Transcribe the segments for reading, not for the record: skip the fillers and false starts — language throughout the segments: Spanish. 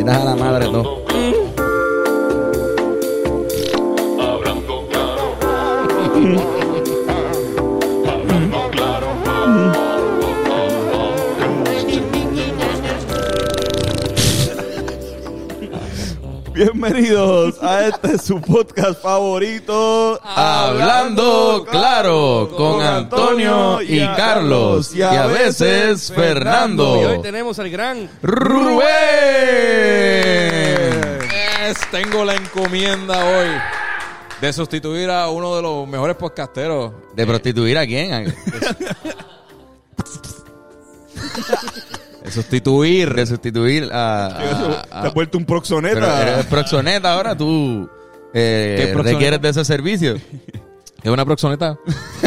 Necesitas a la madre todo. Hablando claro. Hablando claro. Bienvenidos a su podcast favorito, Hablando claro con Antonio y Carlos y a veces Y Fernando. hoy tenemos al gran Rubén. Tengo la encomienda hoy de sustituir a uno de los mejores podcasteros. ¿De prostituir a quién? De sustituir. De sustituir te has vuelto un Pero proxoneta. eres proxoneta ahora, tú proxoneta? requieres de ese servicio. ¿Es una proxoneta?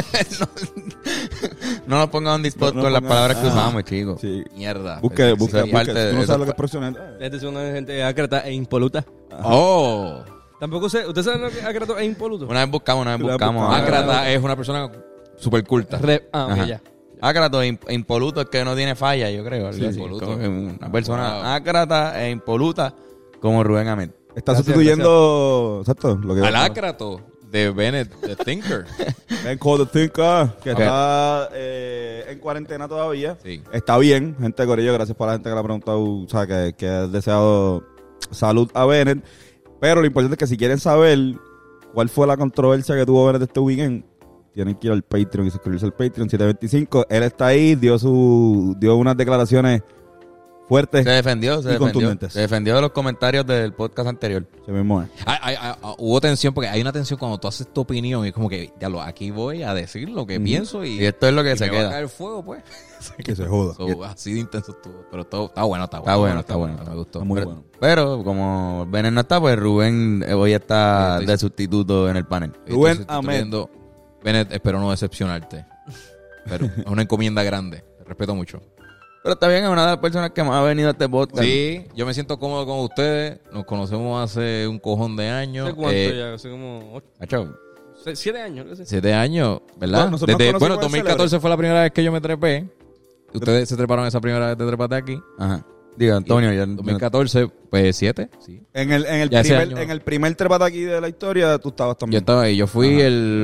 No nos pongas on the spot No con las pongas- palabras que usamos, chicos. Sí. Mierda. Busque. Eso es parte de- ¿Tú no eso sabes lo es que es proxoneta? Este es una gente ácrata e impoluta. Oh. Tampoco sé, ¿ustedes saben lo que es ácrato e impoluto? Una vez buscamos. buscamos. Ácrata es una persona super culta. Ok, Ajá. ya. Ácrato e impoluto es que no tiene falla, yo creo. algo así. impoluto. Como que una persona Wow. ácrata e impoluta como Rubén Ahmed. Está Gracias, sustituyendo. Exacto. Lo que Al ácrato de Bennett, the Thinker. Ben Code the Thinker, que Ok. está en cuarentena todavía. Sí. Está bien, gente de Corillo. Gracias por la gente que le ha preguntado, o sea, que ha deseado salud a Bennett. Pero lo importante es que si quieren saber cuál fue la controversia que tuvo Bennett este weekend, tienen que ir al Patreon y suscribirse al Patreon 725. Él está ahí, dio unas declaraciones fuertes. Se defendió. contundentes. Se defendió de los comentarios del podcast anterior. Se mismo es. Hubo tensión porque hay una tensión cuando tú haces tu opinión y es como que, ya aquí voy a decir lo que pienso y Y esto es lo que y se me va a queda. caer fuego, pues. Que se joda. So, así de intenso estuvo. Pero está bueno. Está bueno. Me gustó. Está muy pero, bueno. pero como Bennett no está, pues Rubén hoy está Sí, de sustituto en el panel. Rubén Estoy sustituyendo. Bennett, espero no decepcionarte. Pero es una encomienda grande. Te respeto mucho. Pero está bien, es una de las personas que más ha venido a este podcast. Sí, yo me siento cómodo con ustedes. Nos conocemos hace un cojón de años. ¿Hace cuánto ya? Hace como Macho, 7 años. ¿no? 7 años, ¿verdad? Bueno, nosotros nos conocimos en 2014 fue la primera vez que yo me trepé. Ustedes se treparon esa primera vez de trepate aquí. ajá. Diga, Antonio, ya 2014, pues 7. Sí. En el Ya ese año. primer trepate aquí de la historia, tú estabas Yo también. estaba ahí. Yo fui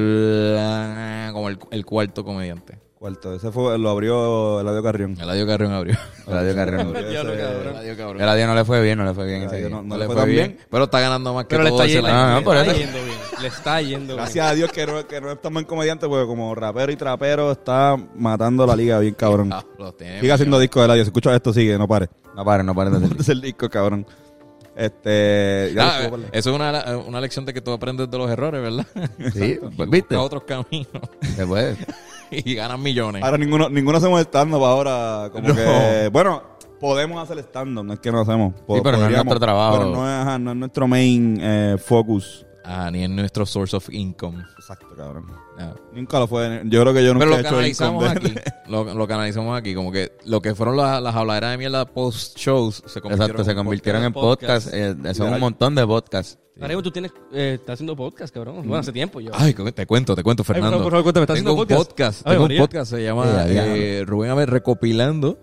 como el cuarto comediante. Cuarto. Ese fue, lo abrió Eladio Carrión. Eladio Carrión abrió. Eladio Carrión. Diablo, cabrón. Eladio Carrión. Eladio no le fue bien ese Eladio día. no le fue tan bien. Pero está ganando más que Pero le todo está ese yendo, año. Ah, no, por le eso. está yendo bien. Le está yendo Gracias a Dios que no estamos en comediante, porque como rapero y trapero está matando la liga bien cabrón. Ah, los tiene, Sigue haciendo discos de Eladio. Si escuchas esto, sigue, no pare. No pare de hacer. Es el disco, cabrón. Ya Ah, lo puedo eso es una lección de que tú aprendes de los errores, ¿verdad? Sí, pues, ¿viste? A otros caminos Se puede. y ganas millones. Ahora ninguno hacemos stand-up ahora. Como que, bueno, podemos hacer stand-up, no es que no hacemos. Sí, pero no es nuestro trabajo. Pero no es nuestro main focus. Ni en nuestro source of income. Exacto, cabrón. No. Nunca lo fue. Yo creo que yo nunca Pero he lo hecho canalizamos income aquí. Lo canalizamos aquí. Como que lo que fueron las habladeras de mierda post-shows se Exacto, se convirtieron en podcast. Son un montón de podcasts. Ahora mismo tú estás haciendo podcast, cabrón. Bueno, hace tiempo yo. Ay, te cuento, Fernando. por favor, cuéntame, ¿estás Tengo haciendo un podcast? podcast. Ay, Tengo un María. podcast, se llama Rubén Ahmed Recopilando.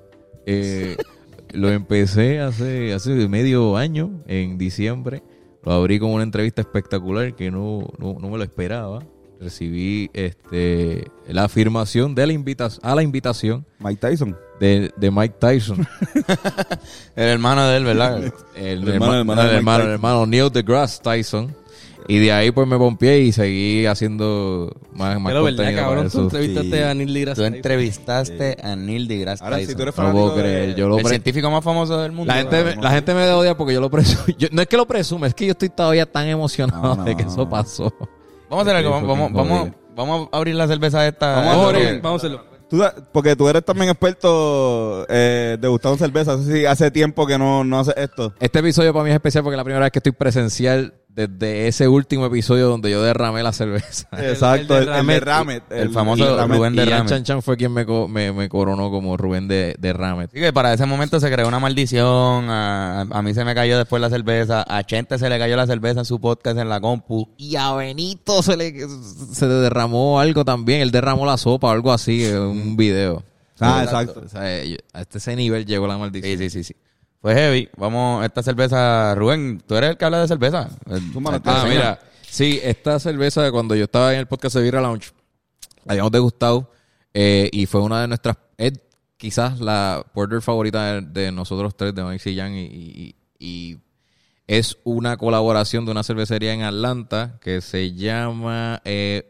Lo empecé hace medio año, en diciembre. Lo abrí con una entrevista espectacular que no me lo esperaba. Recibí la afirmación de la invitación Mike Tyson. de Mike Tyson. El hermano de él, ¿verdad? el hermano de Mike Tyson. hermano Neil deGrasse Tyson. Y de ahí pues me pompié y seguí haciendo más Pero verdad, contenido para cabrón, tú eso. entrevistaste Sí. a Neil deGrasse Tú Tyson. entrevistaste a Neil deGrasse Ahora, Tyson. si tú eres No lo fanático puedo creer. de... Yo lo el científico más famoso del mundo. La gente me odia porque yo lo presumo. No es que lo presume, es que yo estoy todavía tan emocionado No, de que no. eso pasó. Vamos a hacer algo. Sí, Vamos a abrir la cerveza esta. Vamos a hacerlo. Porque tú eres también experto degustando cerveza. No sé si hace tiempo que no haces esto. Este episodio para mí es especial porque es la primera vez que estoy presencial desde ese último episodio donde yo derramé la cerveza. Exacto, el derrame. derrame. El famoso derrame. Rubén Y Ian Derrame. Chan Chan fue quien me coronó como Rubén de Ramet. Así que para ese momento se creó una maldición. A mí se me cayó después la cerveza. A Chente se le cayó la cerveza en su podcast en la compu. Y a Benito se le derramó algo también. Él derramó la sopa o algo así en un video. Ah, exacto. O sea, a ese nivel llegó la maldición. Sí. Fue heavy. Vamos, esta cerveza, Rubén, tú eres el que habla de cerveza. Mira, sí, esta cerveza cuando yo estaba en el podcast de Birra Lounge, la habíamos degustado y fue una de nuestras, quizás la porter favorita de nosotros tres, de Onyx y Jan, y es una colaboración de una cervecería en Atlanta que se llama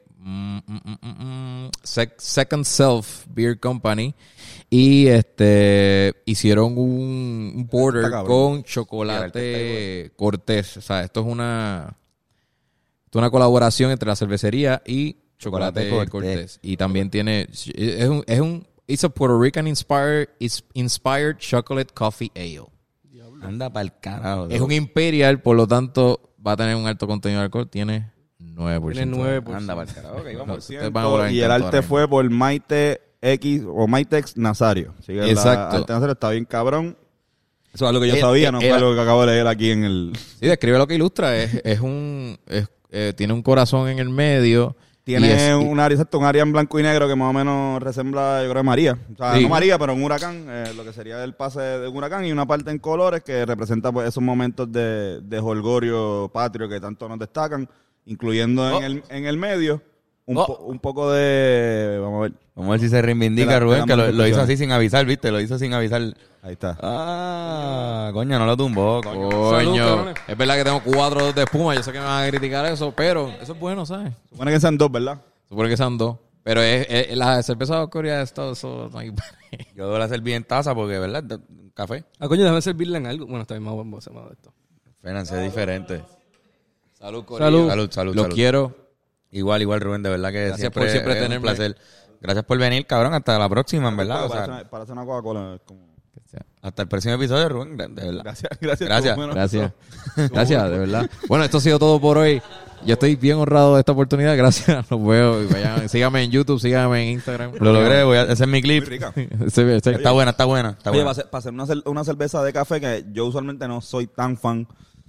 Second Self Beer Company. Y hicieron un porter con chocolate Cortés. O sea, esto es una colaboración entre la cervecería y chocolate Cortés. Y también tiene, it's a Puerto Rican inspired chocolate coffee ale. Anda pa'l carajo. Es un Imperial, por lo tanto va a tener un alto contenido de alcohol. Tiene 9%. Tiene 9%. Anda pa'l carajo. Ok, vamos. Ustedes van a volar Y el encanto arte ahora fue por Maite X o Maitex Nazario. Así que Exacto. El arte Nazario está bien cabrón. Eso es algo que yo sabía, no fue algo que acabo de leer aquí en el... Sí, describe lo que ilustra. Tiene un corazón en el medio. Tiene un área en blanco y negro que más o menos resembla, yo creo, María. O sea, Sí. no María, pero un huracán, lo que sería el pase de un huracán, y una parte en colores que representa pues, esos momentos de jolgorio patrio que tanto nos destacan, incluyendo en el medio un poco de... Vamos a ver. Vamos a ver si se reivindica Te Rubén, que damos lo hizo conclusiones. así sin avisar, ¿viste? Lo hizo sin avisar. Ahí está. Ah, coño, no lo tumbó, coño. Salud, Coño, cabrones. es verdad que tengo 4 de espuma. Yo sé que me van a criticar eso, pero eso es bueno, ¿sabes? Supone que sean dos, ¿verdad? Supone que sean 2. Pero la cerveza de Corea es todo eso. No hay... Yo la serví en taza porque, ¿verdad? Café. Coño, déjame servirle en algo. Bueno, está bien, vamos a hacer más de esto. Fernando, es diferente. Salud, Salud. Salud. Lo quiero. Igual, Rubén, de verdad que Gracias por siempre es un tenerme. placer. Gracias por venir, cabrón. Hasta la próxima, en verdad. O sea, Para hacer una Coca-Cola. es como- hasta el próximo episodio, Rubén. De verdad. Gracias. Gracias. Bueno, Gracias. Gracias, de verdad. Bueno, esto ha sido todo por hoy. Yo estoy bien honrado de esta oportunidad. Gracias. Los veo. Y vayan, síganme en YouTube, síganme en Instagram. Lo logré, ese es mi muy clip. rica. Está buena. Oye, para hacer una cerveza de café que yo usualmente no soy tan fan.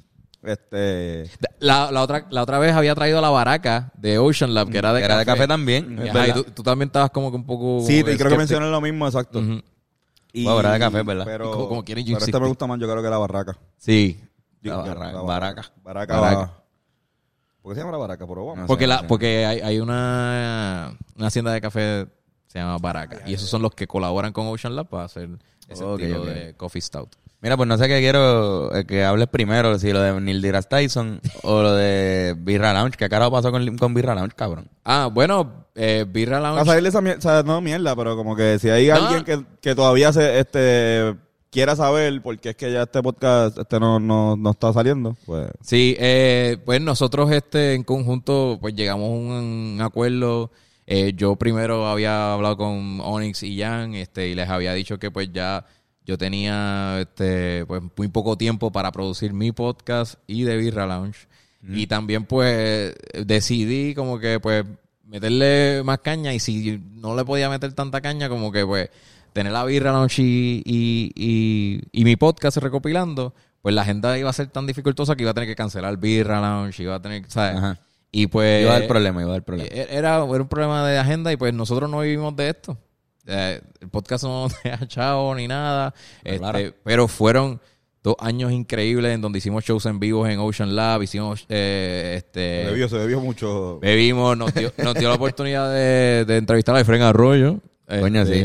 La otra vez había traído la baraca de Ocean Lab, que era de Era de café también. Ajá, y tú también estabas como que un poco... Sí, como creo que skeptic. mencioné lo mismo, exacto. Ujú. Y, Era de café, ¿verdad? Pero, Y como quieren pero juicy. me gusta más, yo creo que la barraca. Sí. Baraca. Baraca. ¿Por qué se llama la baraca? Pero vamos. No Porque, sé. porque hay una hacienda de café, se llama Baraca. Y esos son los que colaboran con Ocean Lab para hacer ese Ok, estilo ok. de coffee stout. Mira, pues no sé qué quiero que hables primero, si lo de Neil deGrasse Tyson o lo de Birra Lounge. ¿Qué carajo pasó con Birra Lounge, cabrón? Ah, bueno, Birra Para Lounge... salirle esa mierda, o sea, no mierda, pero como que si hay No. alguien que todavía quiera saber por qué es que ya este podcast no está saliendo, pues... Sí, pues nosotros en conjunto pues llegamos a un acuerdo. Yo primero había hablado con Onyx y Jan y les había dicho que pues ya yo tenía pues muy poco tiempo para producir mi podcast y de Birra Lounge. Y también pues decidí como que pues meterle más caña, y si no le podía meter tanta caña, como que pues tener la Birra Lounge y mi podcast recopilando, pues la agenda iba a ser tan dificultosa que iba a tener que cancelar Birra Lounge, iba a tener, ¿sabes? Ajá. Y pues... Iba a dar problema. Era un problema de agenda, y pues nosotros no vivimos de esto. El podcast no nos deja chavo ni nada. Claro. Pero fueron 2 años increíbles en donde hicimos shows en vivo en Ocean Lab, hicimos... Se bebió mucho. Bebimos, nos dio la oportunidad de entrevistar a Efraín Arroyo. Coño, sí.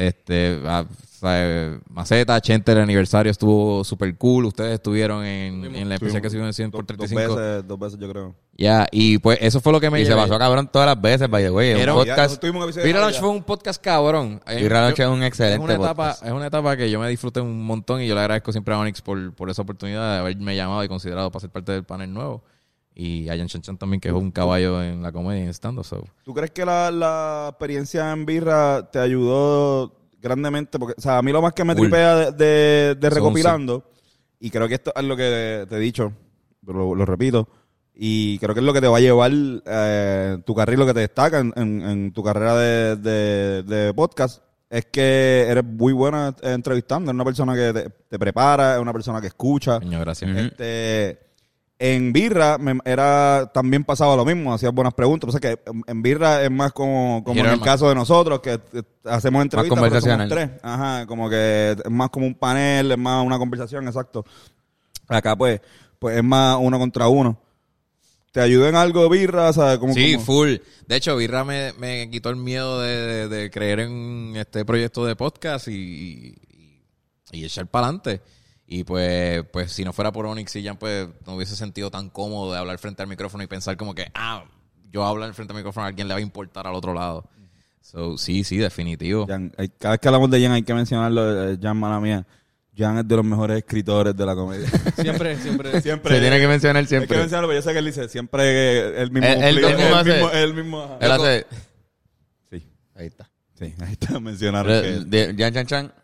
Maceta, Chente, el aniversario estuvo súper cool. Ustedes estuvieron en la especial que se hizo en 100 por 35. Dos veces yo creo. Ya, y pues eso fue lo que me Y se llevé. pasó cabrón todas las veces, by the way. Era Un un- podcast. Birra Lounge fue un podcast cabrón. Birra Lounge es un excelente podcast. Es una etapa que yo me disfruté un montón, y yo le agradezco siempre a Onyx por esa oportunidad de haberme llamado y considerado para ser parte del panel nuevo. Y a Jan Chanchan también, que es un caballo en la comedia y en stand-up. So. ¿Tú crees que la experiencia en Birra te ayudó grandemente? Porque, o sea, a mí lo más que me Cool. tripea de recopilando, y creo que esto es lo que te he dicho, pero lo repito, y creo que es lo que te va a llevar tu carrera, lo que te destaca en tu carrera de podcast, es que eres muy buena entrevistando. Eres una persona que te prepara, es una persona que escucha. Coño, gracias. Ujú. En Birra también pasaba lo mismo, hacía buenas preguntas. O sea que en Birra es más como en el caso de nosotros, que hacemos entrevistas, pero somos tres. Ajá, como que es más como un panel, es más una conversación, exacto. Acá pues es más uno contra uno. ¿Te ayudó en algo Birra? ¿Sabes? Sí, full. De hecho, Birra me quitó el miedo de creer en este proyecto de podcast y echar para adelante. Y pues si no fuera por Onyx y Jan, pues no hubiese sentido tan cómodo de hablar frente al micrófono y pensar como que, yo hablar frente al micrófono a alguien le va a importar al otro lado. So, sí, definitivo. Jan, cada vez que hablamos de Jan hay que mencionarlo, Jan, mala mía. Jan es de los mejores escritores de la comedia. Siempre. Se tiene que mencionar siempre. Hay que mencionarlo, pero yo sé que él dice siempre el mismo. Él mismo. Él hace... Sí. Ahí está. Sí, ahí está mencionando que Jan Chan.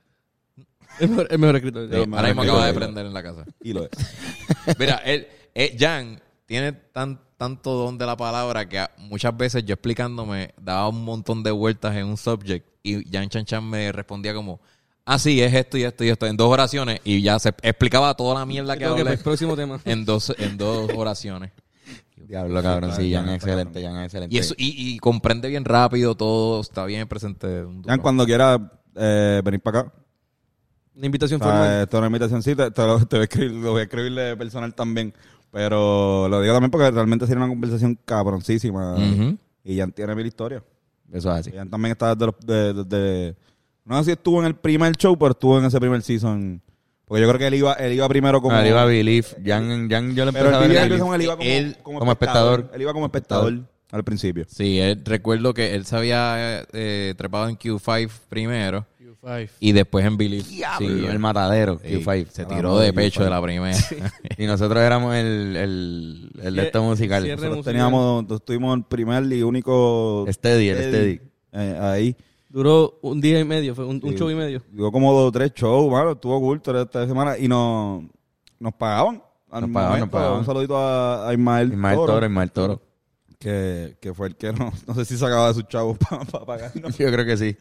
El mejor escritor. Sí, ahora mismo acaba de prender en la casa. y lo es. Mira, Jan tiene tanto don de la palabra que muchas veces yo explicándome daba un montón de vueltas en un subject y Jan Chan me respondía como, sí, es esto y esto y esto, en 2 oraciones, y ya se explicaba toda la mierda que hablé El próximo tema. en dos oraciones. Diablo, cabrón. Sí, Jan es excelente. Y comprende bien rápido todo, está bien presente. Jan, cuando quiera venir para acá. Una invitación formal. Esto es una invitación, sí, te voy a escribir, lo voy a escribirle personal también. Pero lo digo también porque realmente sería una conversación cabroncísima. Uh-huh. Y Jan tiene 1000 historias. Eso es así. Jan también está desde no sé si estuvo en el primer show, pero estuvo en ese primer season. Porque yo creo que él iba primero como... él iba a Believe. Jan yo le empecé Pero a ver él Believe. iba como espectador. Él iba como espectador al principio. Sí, recuerdo que él se había trepado en Q5 primero. Q5. Y después en Believe. Sí, el matadero. Q5. Se tiró de pecho de la primera. Y nosotros éramos el de esto musical. Nosotros tuvimos el primer y único... Steady. Ahí. Duró un día y medio, fue un show y medio. Duró como 2 o 3 shows, mano. Estuvo cool toda esta semana. Y nos pagaban. Nos pagaban. Un saludito a Ismael Toro. Que fue el que no sé si sacaba de sus chavos para pagarnos. Yo creo que sí.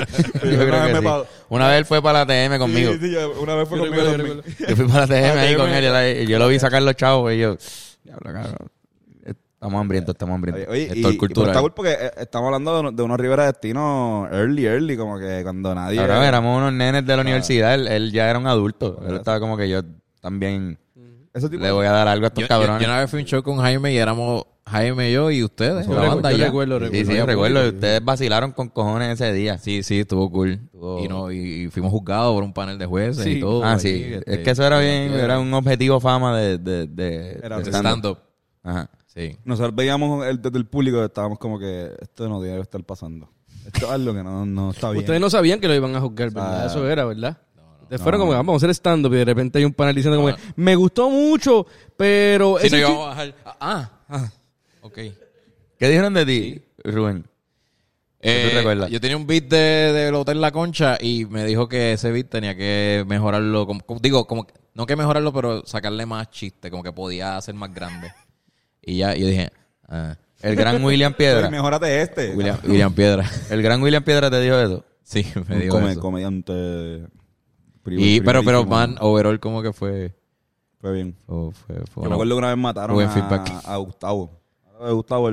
Yo Una vez fue para la TM conmigo. Sí, una vez fue conmigo también. Yo fui para la TM ahí con él. Y yo lo vi sacar los chavos y yo... Diablo, cabrón. Estamos hambrientos. Oye, Esto es cultural. Está cool porque estamos hablando de unos Rivera Destino early, como que cuando nadie... Ahora éramos unos nenes de la universidad. Él ya era un adulto. Él estaba como que yo también le voy a dar algo a estos cabrones. Yo una vez fui a un show con Jaime y éramos Jaime, yo y ustedes. Yo la banda ya. recuerdo. Sí, recuerdo. Ustedes vacilaron con cojones ese día. Sí, estuvo cool. Y fuimos juzgados por un panel de jueces y todo. Sí. Es que eso era bien, era un objetivo fama de stand-up. Ajá. Sí. Nosotros veíamos desde el público, estábamos como que esto no debe estar pasando. Esto es algo que no está bien. Ustedes no sabían que lo iban a juzgar, ¿verdad? Eso era, ¿verdad? Ustedes fueron como, vamos a hacer stand-up y de repente hay un panel diciendo como, me gustó mucho, pero... Sí, no íbamos a bajar. Ok. ¿Qué dijeron de ti, Rubén? ¿Tú recuerdas? Yo tenía un beat del Hotel La Concha y me dijo que ese beat tenía que mejorarlo. No que mejorarlo, pero sacarle más chiste, como que podía ser más grande. Y ya, yo dije, el gran William Piedra. Mejórate este. William Piedra. El gran William Piedra te dijo eso. Sí, me dijo eso. Comediante. Pero man, overall como que fue bien. Fue Yo me acuerdo que una vez mataron buen feedback. a Gustavo. Gustavo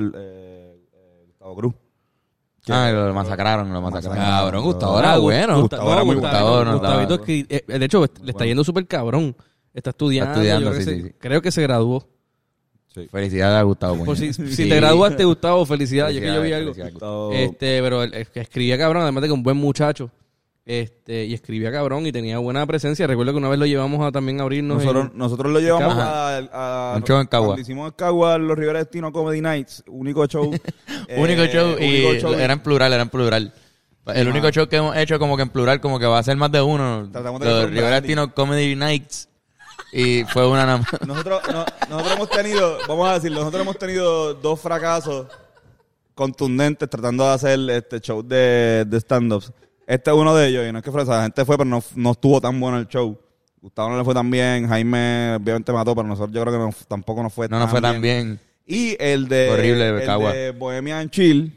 Cruz. Lo masacraron. Cabrón, Gustavo era bueno. Gustavo era muy bueno. Gustavito, de hecho, le está yendo súper cabrón. Está estudiando. Creo que se graduó. Sí. Felicidades a Gustavo. Por si te graduaste, Gustavo, felicidades. Yo vi algo. Pero él escribía cabrón, además de que un buen muchacho. Y escribía cabrón y tenía buena presencia. Recuerdo que una vez lo llevamos también a abrirnos. Nosotros lo llevamos a un show en Cagua. Cuando hicimos en Cagua los Rivera Destino Comedy Nights, único show. único show. Era en plural. El único show que hemos hecho como que en plural, como que va a ser más de uno. Los Rivera Destino Comedy Nights. Y fue una nada más. Nosotros hemos tenido, vamos a decirlo, nosotros hemos tenido 2 fracasos contundentes tratando de hacer este show de stand-ups. Este es uno de ellos, y no es que la gente fue, pero no estuvo tan bueno el show. Gustavo no le fue tan bien, Jaime obviamente mató, pero nosotros yo creo que tampoco nos fue tan bien. Y el de horrible, el de Bohemia and Chill,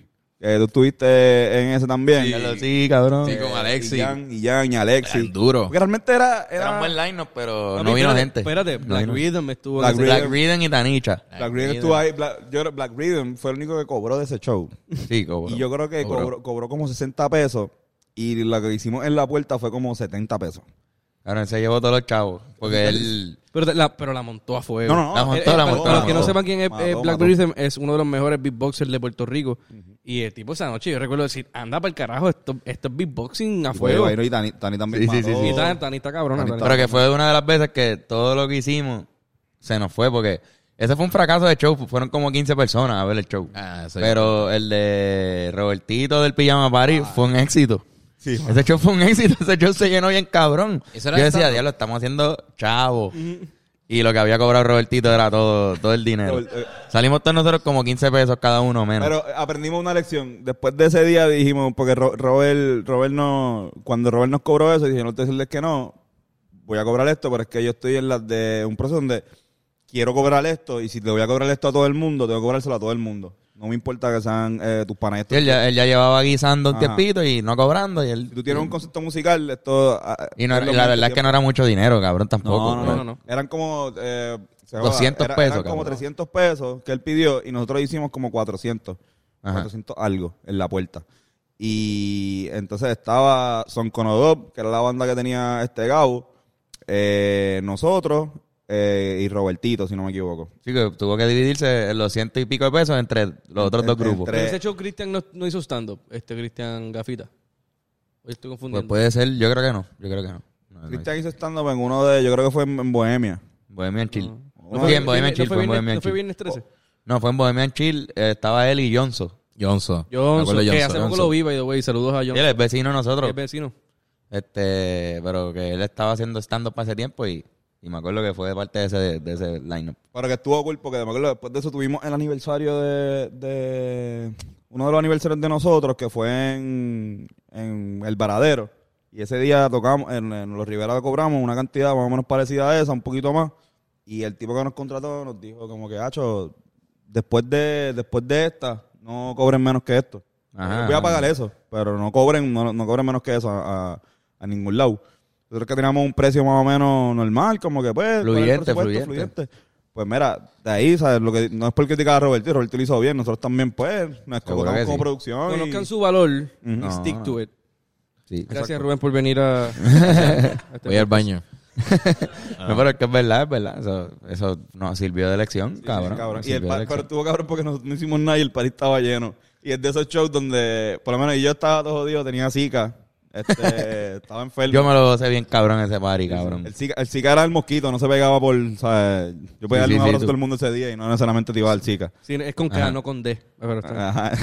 Que tú estuviste en ese también. Sí, cabrón. Sí, con Alexi. Y Jan y Alexi. Eran duro. Porque realmente Era un buen line-up, pero no vino gente. Espérate, Black Rhythm estuvo... Black Rhythm y Tanicha. Black Rhythm estuvo ahí. Yo creo que Black Rhythm fue el único que cobró de ese show. Sí, cobró. Y yo creo que cobró como 60 pesos. Y lo que hicimos en la puerta fue como 70 pesos. Claro, él se llevó todos los chavos. Porque él... Pero la montó a fuego. No. La montó. Para los que no sepan quién es Mató. Black Rhythm, es uno de los mejores beatboxers de Puerto Rico. Y el tipo esa noche, yo recuerdo decir, anda para el carajo, esto es beatboxing a fuego. Y Tani también Sí, mató. Y Tani está cabrona. Tani. Pero que fue una de las veces que todo lo que hicimos se nos fue porque ese fue un fracaso de show. Fueron como 15 personas a ver el show. Sí. Pero el de Robertito del Pijama Party fue un éxito. Sí, Ese show fue un éxito. Ese show se llenó bien cabrón. ¿Eso Yo era decía, stand-up? diablo, estamos haciendo chavo. Y lo que había cobrado Robertito era todo el dinero. Salimos todos nosotros como 15 pesos cada uno menos. Pero aprendimos una lección. Después de ese día dijimos, porque Robert no, cuando Robert nos cobró eso, dije, no te decirles que no, voy a cobrar esto, pero es que yo estoy en de un proceso donde quiero cobrar esto, y si le voy a cobrar esto a todo el mundo, tengo que cobrárselo a todo el mundo. No me importa que sean tus panas. Sí, él ya llevaba guisando un Ajá. tiempito y no cobrando. Y él, Si tú tienes un concepto musical, esto... y no, es lo la mismo verdad es que no era mucho dinero, cabrón, tampoco. No. Eran como... 200 pesos, Eran como cabrón. 300 pesos que él pidió y nosotros hicimos como 400. Ajá. 400 algo en la puerta. Y entonces estaba Son Conodop, que era la banda que tenía Gabo, nosotros y Robertito, si no me equivoco. Sí, que tuvo que dividirse en los 100 y pico de pesos entre los otros dos grupos. entre- Pero ese show Cristian no hizo stand-up. Cristian Gafita. Hoy estoy Pues confundiendo. puede ser, yo creo que no. No, Cristian hizo stand-up en uno de... Yo creo que fue en Bohemia. Bohemian Chill. No, Sí, en Bohemian Chill, ¿No fue en Bohemian ¿No fue Chill. Viernes 13? No, fue en Bohemian Chill, estaba él y Jonzo. Johnson. Me Johnson, acuerdo de que Johnson. hace poco lo vi, by the way. Saludos a Johnson. Él es vecino de nosotros. Es vecino. Pero que él estaba haciendo stand-up hace tiempo y me acuerdo que fue parte de ese line-up. Pero que estuvo cool porque me acuerdo después de eso tuvimos el aniversario de uno de los aniversarios de nosotros que fue en El Varadero. Y ese día tocamos, en Los Rivera cobramos una cantidad más o menos parecida a esa, un poquito más. Y el tipo que nos contrató nos dijo como que, hacho, después de esta, no cobren menos que esto. Ajá. Yo voy a pagar eso, pero no cobren menos que eso a ningún lado. Nosotros que teníamos un precio más o menos normal, como que pues... Fluyente. fluyente. Pues mira, de ahí, ¿sabes? Lo que no es por criticar a Roberto lo hizo bien. Nosotros también, pues, nos escogemos que como sí. producción. Conozcan su valor y Ujú. stick to it. Sí. Gracias, Rubén, por venir a... Voy al baño. No, pero es que es verdad. Eso nos sirvió de lección, Sí, cabrón. cabrón. Nos Y sirvió de pero lección. estuvo cabrón porque no hicimos nada y el party estaba lleno. Y es de esos shows donde, por lo menos, yo estaba todo jodido, tenía zika. Estaba enfermo. Yo me lo gocé bien cabrón ese party, cabrón. El Zika era el mosquito, no se pegaba por, ¿sabes? Yo podía darle Sí, un abrazo a tú. todo el mundo ese día y no necesariamente te iba a dar Zika. Sí, es con K, Ajá. no con D. Pero está- Ajá.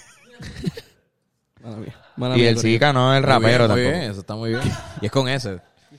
Mala mía. Mala Y mía, el Corillo. Zika no es el Muy rapero bien, muy tampoco. bien, eso está muy bien. Y es con ese.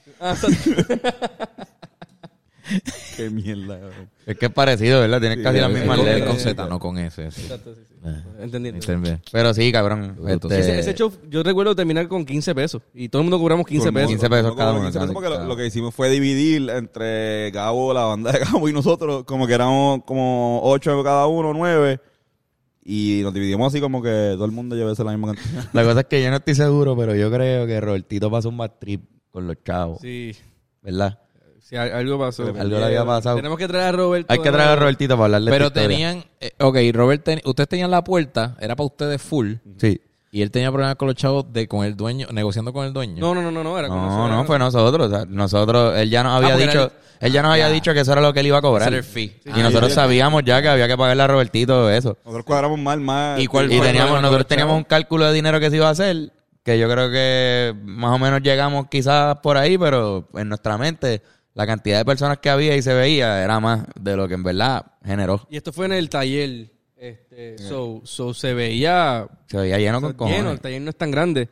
Qué mierda, cabrón. Es que es parecido, ¿verdad? Tienes casi las es mismas Es letras. con Z, no con S. sí. Exacto, sí. Eh, Entendí. entendí. Pero sí, cabrón. Bruto. Sí, ese show, yo recuerdo terminar con 15 pesos. Y todo el mundo cobramos 15 pesos. 15 pesos No cada como uno, 15 pesos porque cada- lo que hicimos fue dividir entre Gabo, la banda de Gabo y nosotros, como que éramos como 8 cada uno, 9. Y nos dividimos así como que todo el mundo llevase la misma cantidad. La cosa es que yo no estoy seguro, pero yo creo que Robertito pasó un bad trip con los chavos. Sí, ¿Verdad? sí, algo pasó. Algo le había pasado. Tenemos que traer a Roberto. Hay que traer a Robertito para hablarle de Pero esta historia. tenían... ok, Robert, ustedes tenían la puerta, era para ustedes full. Sí. Y él tenía problemas con los chavos con el dueño, negociando con el dueño. No, era con No, nosotros. no, fue nosotros. O sea, nosotros, él ya nos había porque dicho, era él ya nos había dicho que eso era lo que él iba a cobrar. Ese era el fee. Y nosotros sabíamos ya que había que pagarle a Robertito eso. Nosotros cuadramos más. ¿Y cuál Y fue el problema con nosotros los teníamos chavos? un cálculo de dinero que se iba a hacer, que yo creo que más o menos llegamos quizás por ahí, pero en nuestra mente la cantidad de personas que había y se veía era más de lo que en verdad generó. Y esto fue en el taller. So se veía Se veía lleno con lleno. El cojones. taller no es tan grande.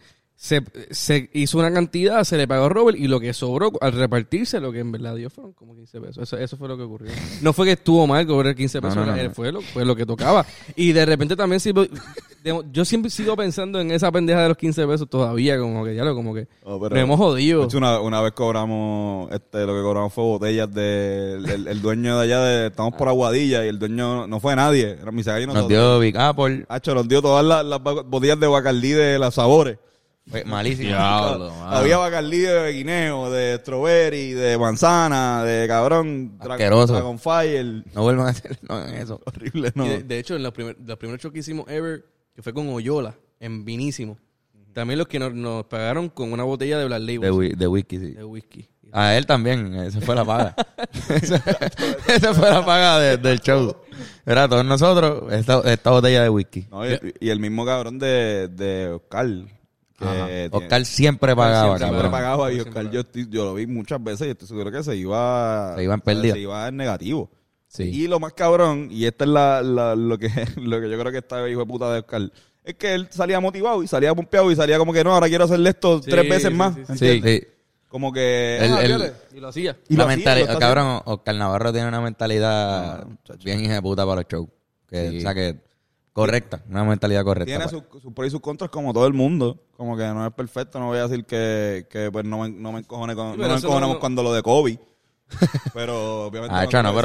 se hizo una cantidad, se le pagó a Robert y lo que sobró al repartirse, lo que en verdad dio fueron como 15 pesos. Eso fue lo que ocurrió. No fue que estuvo mal cobrar 15 pesos, fue lo que tocaba. Y de repente también yo siempre sigo pensando en esa pendeja de los 15 pesos todavía, como que ya como que nos hemos jodido. De hecho, una vez cobramos, lo que cobramos fue botellas el dueño de allá estamos por Aguadilla y el dueño no fue nadie, era mi saga y nos dio Big Apple. Hacho, nos dio todas las botellas de Bacardí de los sabores. Malísimo. Había Bacardí de guineo, de strawberry, de manzana, de cabrón, Dragon Fire. No vuelvan a hacer eso. Horrible, no. De hecho, en los primeros shows que hicimos ever, que fue con Oyola, en Vinísimo, también los que nos pagaron con una botella de Black Label. De whisky, sí. De whisky. A él también, esa fue la paga. esa fue la paga del show. Era todos nosotros, esta botella de whisky. No, y el mismo cabrón de Oscar. Oscar siempre pagaba. Siempre pagaba y Oscar yo lo vi muchas veces y estoy seguro que se iba en pérdida. Se iba en negativo. Sí. Y lo más cabrón, y esta es lo que yo creo que está hijo de puta de Oscar, es que él salía motivado y salía pompeado y salía como que no, ahora quiero hacerle esto 3 veces más. Sí. Como que... y lo hacía. Cabrón, Oscar Navarro tiene una mentalidad bien hija de puta para los shows. O sea que... Correcta, una mentalidad correcta. Tiene sus pros y sus contras como todo el mundo. Como que no es perfecto. No voy a decir que pues no me encojone cuando lo de Kobe. Pero obviamente...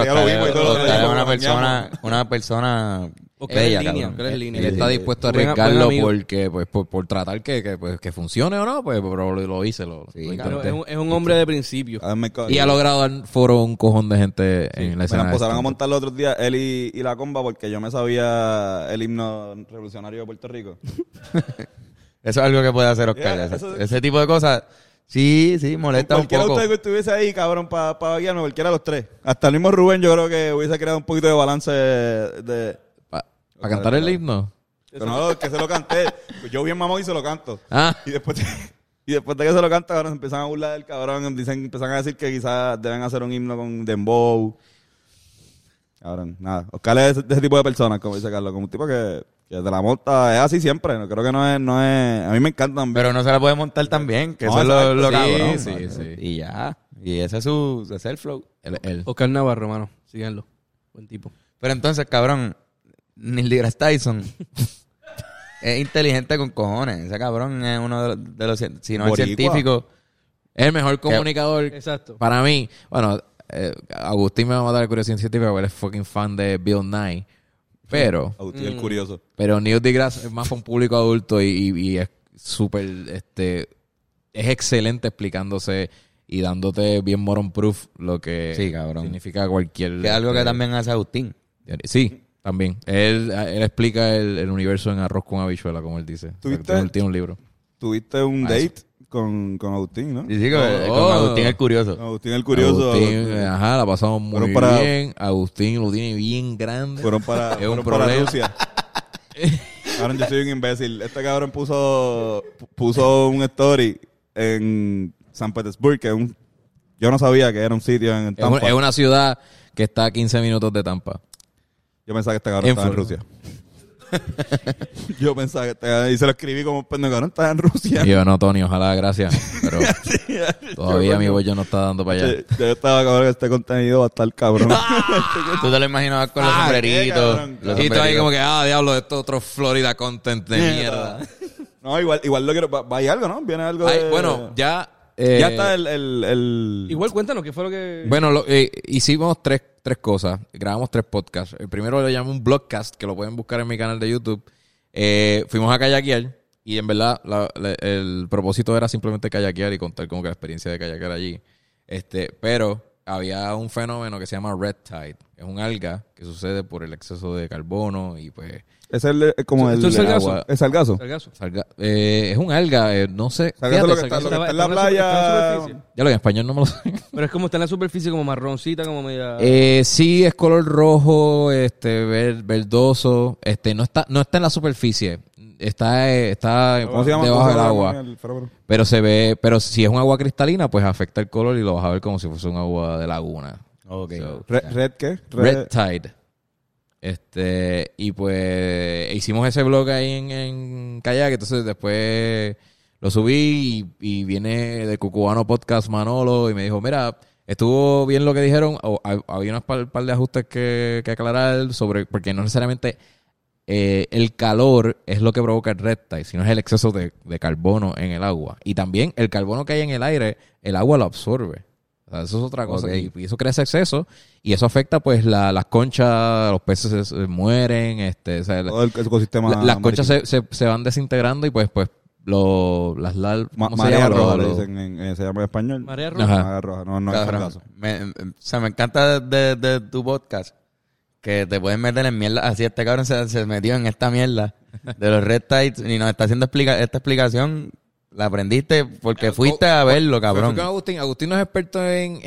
pero una persona bella, Él está dispuesto a arriesgarlo porque pues por tratar que funcione o no, pues pero lo hice. Es un hombre de principio. Y ha logrado dar foro a un cojón de gente en la escena. Me empezaron a montar los otros días él y la comba porque yo me sabía el himno revolucionario de Puerto Rico. Eso es algo que puede hacer Oscar. Ese tipo de cosas... Sí, molesta un poco. Cualquiera de ustedes que estuviese ahí, cabrón, para guiarme, cualquiera de los tres. Hasta el mismo Rubén yo creo que hubiese creado un poquito de balance ¿Para cantar el himno? Pero no, que se lo canté. Yo bien mamón y se lo canto. Y después de que se lo canta, cabrón, empiezan a burlar del cabrón. Empiezan a decir que quizás deben hacer un himno con dembow. Cabrón, nada. Oscar es de ese tipo de personas, como dice Carlos. Como un tipo que de la monta es así siempre. Creo que no es... A mí me encantan. Pero no se la puede montar tan bien, que eso es lo cabrón. Sí. Y ya. Y ese es el flow. Oscar Navarro, hermano. Síganlo. Buen tipo. Pero entonces, cabrón, Neil deGrasse Tyson es inteligente con cojones. Ese cabrón es uno de los si no es científico. Es el mejor comunicador. Exacto. Para mí, bueno, Agustín me va a matar la curiosidad científica porque él es fucking fan de Bill Nye. Pero... Agustín el curioso. Pero Neil deGrasse es más para un público adulto y es súper... es excelente explicándose y dándote bien moron proof lo que significa cualquier... Que es algo que también hace Agustín. Sí, también. Él explica el universo en arroz con habichuela, como él dice. Él tiene un libro. ¿Tuviste un date con Agustín, no? Sí, con Agustín el curioso. Agustín el curioso. Agustín, la pasamos muy bien. Agustín lo tiene bien grande. Fueron para Rusia. Cabrón, yo soy un imbécil. Este cabrón puso un story en San Petersburgo, que yo no sabía que era un sitio en Tampa. Es una ciudad que está a 15 minutos de Tampa. Yo pensaba que este cabrón estaba en Rusia. Yo pensaba que y se lo escribí como un pendejo, cabrón, estás en Rusia. Y yo, no, Tony, ojalá, gracias. Pero todavía mi bollo no está dando para allá. Yo estaba cabrón que este contenido va a estar cabrón. Tú te lo imaginabas con los sombreritos. Y tú ahí como que, diablo, esto es otro Florida content de mierda. No, igual lo quiero. Va a ir algo, ¿no? Viene algo de... Bueno, ya está el... Igual cuéntanos, ¿qué fue lo que...? Bueno, hicimos tres cosas. Grabamos 3 podcasts. El primero lo llamé un blogcast, que lo pueden buscar en mi canal de YouTube. Fuimos a kayakear y en verdad el propósito era simplemente kayakear y contar como que la experiencia de kayakear allí. Pero había un fenómeno que se llama red tide. Es un alga que sucede por el exceso de carbono y pues... Es como el sargazo. ¿Es sargazo? Es un alga, no sé. Sargazo lo que está en la playa. Ya lo en español no me lo sé. Pero es como está en la superficie, como marroncita, como media... Sí, es color rojo, verdoso. No está en la superficie. Está ¿Cómo se llama? debajo del agua. Pero se ve, pero si es un agua cristalina, pues afecta el color y lo vas a ver como si fuese un agua de laguna. Okay. ¿Red qué? Red tide. Y pues hicimos ese blog ahí en kayak, entonces después Lo subí y viene de Cucubano Podcast Manolo y me dijo, mira, estuvo bien lo que dijeron, había unos par de ajustes que aclarar sobre, porque no necesariamente el calor es lo que provoca el red tide, sino es el exceso de carbono en el agua. Y también el carbono que hay en el aire, el agua lo absorbe. O sea, eso es otra cosa. Okay. Y eso crea ese exceso y eso afecta pues las conchas, los peces se mueren, o sea, Todo el ecosistema. las conchas se van desintegrando y pues las larvas... Marea roja, le dicen, se llama en español. Marea roja. Ajá. Marea roja, no es el Cabrón, caso. me encanta de tu podcast que te pueden meter en mierda. Así este cabrón se metió en esta mierda de los red tides y nos está haciendo esta explicación. La aprendiste porque fuiste a verlo, cabrón. Fui con Agustín. Agustín no es experto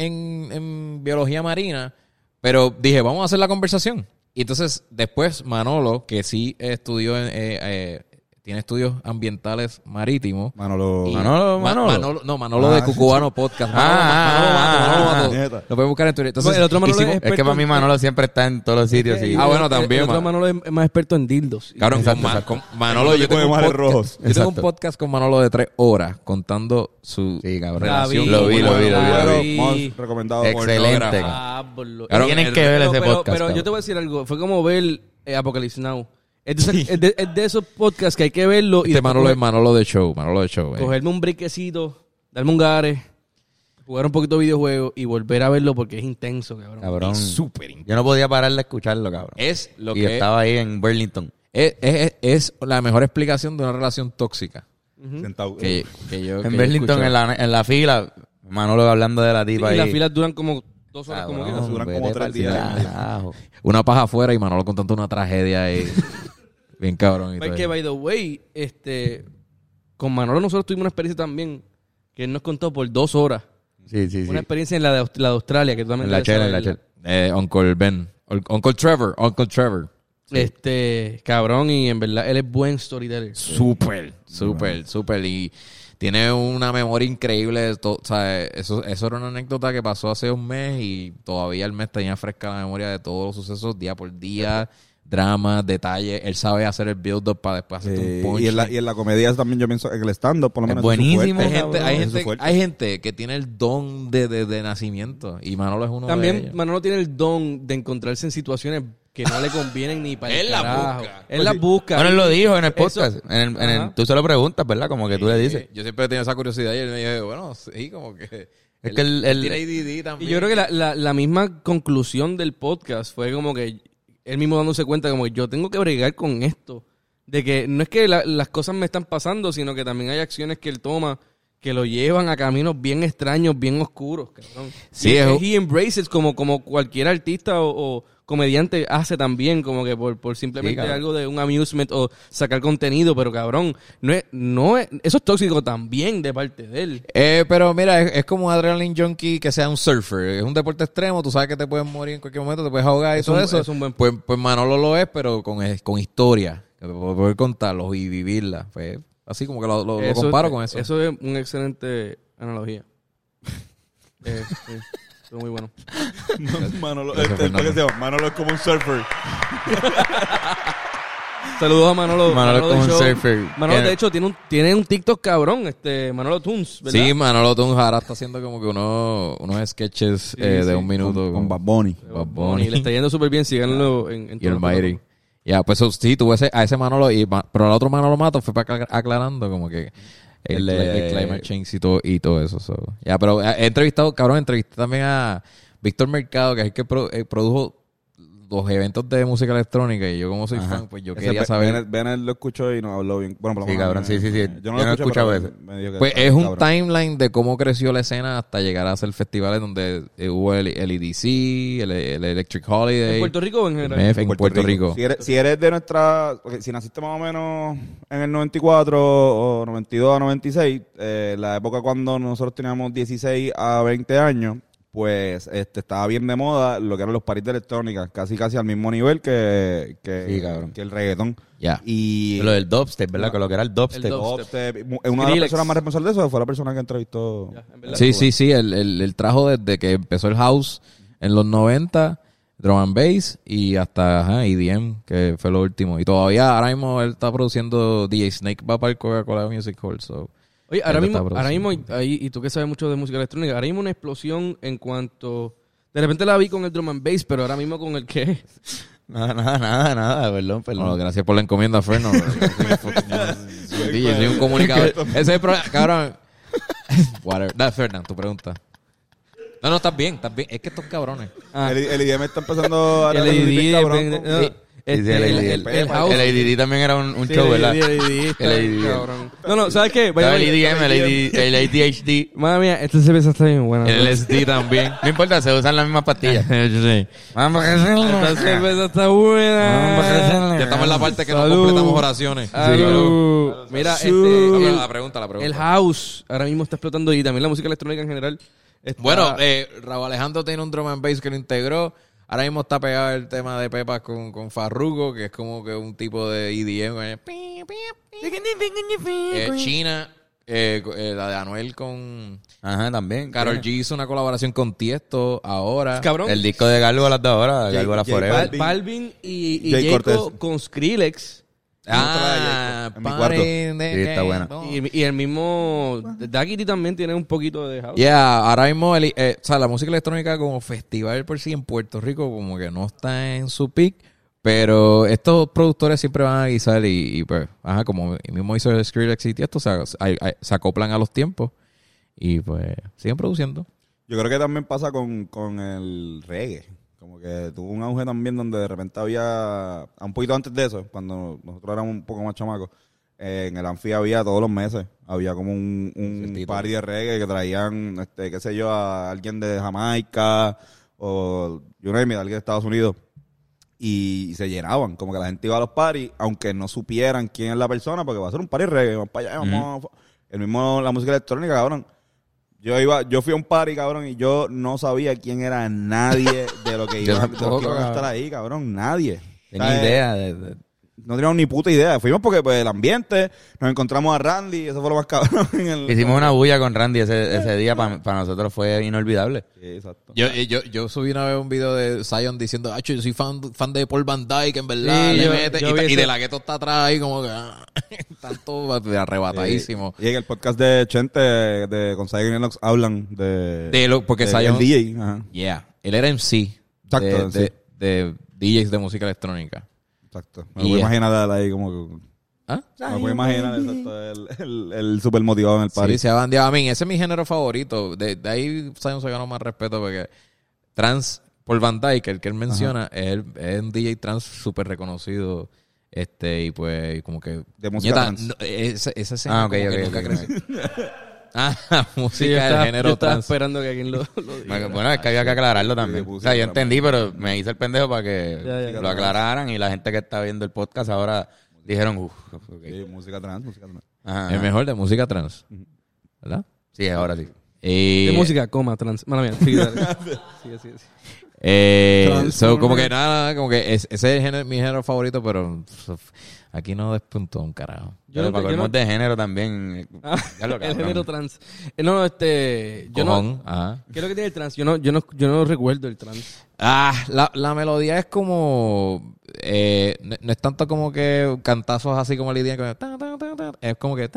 en biología marina, pero dije, vamos a hacer la conversación. Y entonces, después, Manolo, que sí estudió, tiene estudios ambientales marítimos. Manolo. Manolo de Cucubano Podcast. Manolo Neta. Lo puedes buscar en Twitter. Entonces, El otro Manolo hicimos- Es que para mí Manolo siempre está en todos los sitios. Y, bueno, también, El otro man. Manolo es más experto en dildos. Cabrón, Exacto. con Manolo, yo tengo, Come un mares podcast, rojos. yo tengo un Exacto. podcast con Manolo de 3 horas contando su Sí, cabrón. relación. Lo vi. Más recomendado. Excelente. Diablo. Claro, Tienen que ver ese podcast. Pero yo cabrón. te voy a decir algo. Fue como ver Apocalypse Now. Es de esos podcasts que hay que verlo y Manolo después es Manolo de Show. cogerme un brequecito, darme un gare, jugar un poquito de videojuegos y volver a verlo porque es intenso, cabrón. Cabrón. Súper Yo no podía parar de escucharlo, cabrón. Es lo Y que estaba ahí en Burlington. es la mejor explicación de una relación tóxica Sentado. que yo En he Burlington, escuchado. en la fila, Manolo hablando de la Sí, tipa y ahí. las filas duran como 2 horas como Cabrón, quieras. duran vete como 3 pa'l días. carajo. Una paja afuera y Manolo contando una tragedia ahí. Bien cabrón. Y Es todo que, eso. by the way, con Manolo nosotros tuvimos una experiencia también que él nos contó por 2 horas. Sí, sí, sí. Una experiencia en la de Australia que tú también En la debes chela, en la saberla. chela. Uncle Ben. Uncle Trevor. Cabrón, y en verdad él es buen storyteller. Súper. Y tiene una memoria increíble. O sea, eso era una anécdota que pasó hace un mes y todavía el mes tenía fresca la memoria de todos los sucesos día por día. Dramas, detalles. Él sabe hacer el build-up para después hacerte un punch. Y en la comedia también yo pienso en el stand-up, por lo Es menos. buenísimo, eso es fuerte. Hay gente que tiene el don de nacimiento y Manolo es uno de También ellos. Manolo tiene el don de encontrarse en situaciones que no le convienen ni para el Él las carajo. busca. Él las busca. Bueno, él lo dijo en el Eso- podcast. Ajá. Tú se lo preguntas, ¿verdad? Como que tú le dices. Yo siempre he tenido esa curiosidad y él me dijo, bueno, sí, como que... Es que él- tiene ADD también. Y yo creo que la misma conclusión del podcast fue como que él mismo dándose cuenta como que yo tengo que bregar con esto. De que no es que las cosas me están pasando, sino que también hay acciones que él toma que lo llevan a caminos bien extraños, bien oscuros, cabrón. Sí, Y es- he embraces como cualquier artista o comediante hace también, como que por simplemente Sí, cabrón. algo de un amusement o sacar contenido, pero cabrón, no es eso es tóxico también de parte de él. Pero mira, es como un adrenaline junkie que sea un surfer. Es un deporte extremo, tú sabes que te puedes morir en cualquier momento, te puedes ahogar y Es todo un- eso. es un buen pues Manolo lo es, pero con historia. Que poder contarlos y vivirla. Pues, así como que lo comparo con eso. Eso es una excelente analogía. Sí, estuvo muy bueno. Manolo, Gracias, Fernando. ¿qué se llama? Manolo es como un surfer. Saludos a Manolo. Manolo como un Show. surfer. Manolo, Que- de hecho, tiene un TikTok cabrón, Manolo Tunes, ¿verdad? Sí, Manolo Tunja ahora está haciendo como que unos sketches de sí. un minuto. Con Bad Bunny. Bad Bunny. Y le está yendo súper bien, síganlo en Y el todas las Mighty. plataformas. Ya, pues sí, tuve a ese Manolo, pero al otro Manolo Mato fue para aclarando como que el climate change y todo eso. So. Ya, pero entrevisté también a Víctor Mercado, que es el que produjo los eventos de música electrónica y yo como soy fan, pues yo quería saber. Bennett lo escuchó y nos habló bien. Bueno, por lo Sí, menos cabrón, sí. Yo no Yo lo no he escuché, escuchado pero eso. me dijo que Pues estaba es un cabrón. timeline de cómo creció la escena hasta llegar a hacer festivales donde hubo el EDC, el Electric Holiday. ¿En Puerto Rico o en general? MEF, en Puerto Rico. Si eres de nuestra... Si naciste más o menos en el 94 o 92 a 96, la época cuando nosotros teníamos 16 a 20 años, pues estaba bien de moda lo que eran los parties de electrónica, casi al mismo nivel que Sí, cabrón. el reggaetón. Ya. Y Lo del dubstep, ¿verdad? Con lo que era el dubstep. El dubstep. una de las Skrillex. personas más responsables de eso fue la persona que entrevistó. Ya, en verdad. Sí, él trajo desde que empezó el house en los 90, drum and bass y hasta EDM, que fue lo último. Y todavía ahora mismo él está produciendo DJ Snake, va para el Coca-Cola Music Hall. So. Oye, ahora Él está mismo, produciendo. ahí, y tú que sabes mucho de música electrónica, ahora mismo una explosión en cuanto... De repente la vi con el drum and bass, pero ahora mismo con el qué. Nada, perdón. Bueno, gracias por la encomienda, Ferno. Soy DJ, soy un comunicador. Ese es el problema, cabrón. Whatever. Dale, Fernan, tu pregunta. No, estás bien. Es que estos cabrones. El IDM está empezando a... El ADD, cabrón. el house. El ADD también era un Sí, show, el ¿verdad? ADD está El ADD. cabrón. No, ¿sabes qué? Estaba el EDM, el ADHD. Madre mía, esta cerveza está bien buena. El LSD también. No importa, se usan las mismas pastillas. Sí. Vamos a Esta cerveza está buena. Ya estamos en la parte que no Salud. completamos oraciones. Salud. Mira, La pregunta. el house ahora mismo está explotando y también la música electrónica en general. Está- Bueno, Raúl Alejandro tiene un drum and bass que lo integró. Ahora mismo está pegado el tema de Pepas con Farruko, que es como que un tipo de EDM. China, la de Anuel con Ajá, también. Karol G hizo una colaboración con Tiesto ahora. cabrón. El disco de Gárgolas de ahora, Gárgolas J Forever. Balvin y Jay Jacob Cortez. con Skrillex. Ah, en mi cuarto. Sí, está buena. Y el mismo Daggity también tiene un poquito de house. Yeah, ahora mismo o sea, la música electrónica como festival por sí en Puerto Rico como que no está en su peak, pero estos productores siempre van a guisar y pues, ajá, como mismo hizo Skrillex y Tiesto, se acoplan a los tiempos y pues siguen produciendo. Yo creo que también pasa con el reggae. Como que tuvo un auge también donde de repente había, un poquito antes de eso, cuando nosotros éramos un poco más chamacos, en el Anfi había todos los meses, había como un party de reggae que traían, qué sé yo, a alguien de Jamaica o you name it, alguien de Estados Unidos. Y se llenaban, como que la gente iba a los parties, aunque no supieran quién es la persona, porque va a ser un party reggae, vamos para allá, vamos. El mismo, la música electrónica, cabrón. Yo fui a un party, cabrón, y yo no sabía quién era nadie de lo que Yo iba tampoco, a estar ahí, cabrón, nadie. Tenía O sea, idea no teníamos ni puta idea. Fuimos porque pues el ambiente, nos encontramos a Randy, eso fue lo más cabrón. Hicimos una bulla con Randy ese día, para nosotros fue inolvidable. Sí, exacto. Yo subí una vez un video de Zion diciendo, yo soy fan de Paul Van Dyke, en verdad, Sí, le yo mete", vi y de eso. la gueto está atrás ahí como que tanto arrebatadísimo. Y en el podcast de Chente, con Zion Lennox, hablan Porque de- Zion, el DJ. Ajá. yeah, él era MC Exacto, de DJs de música electrónica. Exacto. Me voy a imaginar a él ahí como... ¿Ah? Me voy a imaginar exacto, el super motivado en el party. Sí, se ha bandeado a mí. Ese es mi género favorito. De ahí Zion se ganó más respeto porque trans, Paul Van Dyke, el que él menciona, es un DJ trans súper reconocido. Y pues como que... De música Nieta, trans. no, esa escena Ok, como que ok, nunca ok. creció. música Sí, yo del estaba género estaba trans. esperando que alguien lo diga. Bueno, es que había que aclararlo también. Sí, O sea, yo entendí, pero me hice el pendejo para que Ya. lo aclararan y la gente que está viendo el podcast ahora dijeron, ok. Sí, música trans. Ajá. El mejor de música trans. ¿Verdad? Sí, ahora sí. De música, trans. Mala mía. Sí, dale. Sigue. Como que nada, como que ese es mi género favorito, pero aquí no despuntó un carajo. Pero para colmos de género también. Ya lo El cabrón. género trans. No, yo Cojón, no... ajá. ¿Qué es lo que tiene el trans? Yo no recuerdo el trans. La melodía es como no es tanto como que cantazos así como el idioma, es como que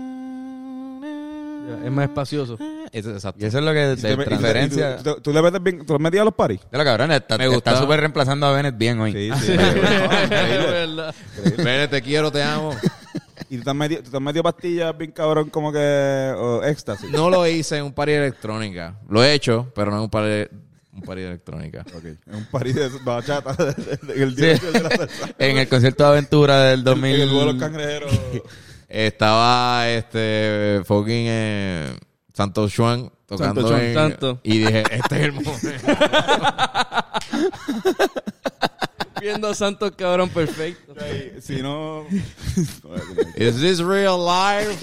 Es más espacioso. Eso, exacto. Y eso es lo que te diferencia. ¿Tú le metes bien? ¿Tú le metías a los parties? Ya lo cabrón, Me está gustaba. súper reemplazando a Bennett bien hoy. Sí, Es sí. verdad. Vene, te quiero, te amo. ¿Y tú te has metido pastillas bien cabrón como que o éxtasis? No lo hice en un party de electrónica. Lo he hecho, pero no en un party de electrónica. Ok. En un party de bachata en el día de la salsa. En el concierto de aventura del En el vuelo 2000. cangrejeros. Estaba fucking Santos Juan tocando Santo Juan, Santo. y dije, este es el momento. Viendo a Santos, cabrón, perfecto. Si no... Is this real life?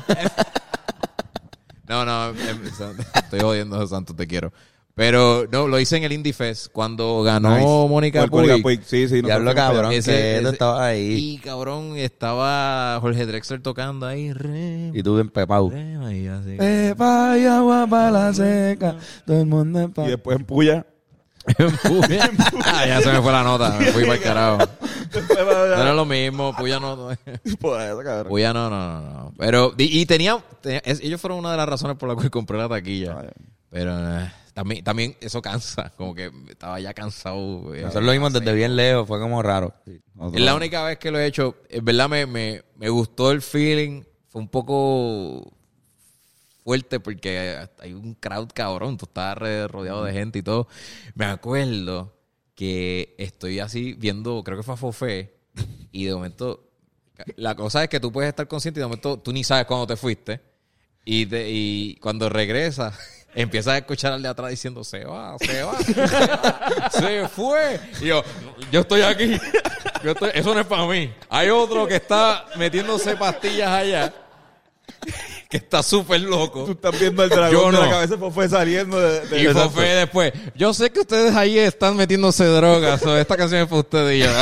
No, estoy jodiendo a Santos, te quiero. Pero no, lo hice en el Indie Fest cuando ganó Nice. Mónica Mónica Puig. Puig. Sí, sí. Diablo nosotros fuimos cabrón, para Ese- que tú ese- estabas ahí. Y cabrón, estaba Jorge Drexler tocando ahí. Y tú en Pepau. Ahí, así. Pepa y agua para la seca. Todo el mundo en allá. Y después en Puya. Ya se me fue la nota, me fui para el carajo. No era lo mismo, Puya no. Por eso, cabrón. Puya no. Pero, y ellos fueron una de las razones por las cuales compré la taquilla. Pero también eso cansa, como que estaba ya cansado. Nosotros lo vimos desde bien lejos, fue como raro. Es la única vez que lo he hecho. En verdad me gustó el feeling. Fue un poco fuerte porque hay un crowd cabrón. Tú estás rodeado de gente y todo. Me acuerdo que estoy así viendo, creo que fue a Fofé, y de momento, la cosa es que tú puedes estar consciente y de momento tú ni sabes cuándo te fuiste. Y cuando regresas, empiezas a escuchar al de atrás diciendo, se va, se fue. Y yo estoy aquí. Eso no es para mí. Hay otro que está metiéndose pastillas allá, que está súper loco. Tú estás viendo el dragón Yo de la no. cabeza, fue saliendo de Y Fofé después, yo sé que ustedes ahí están metiéndose drogas, o esta canción es para ustedes. Y yo,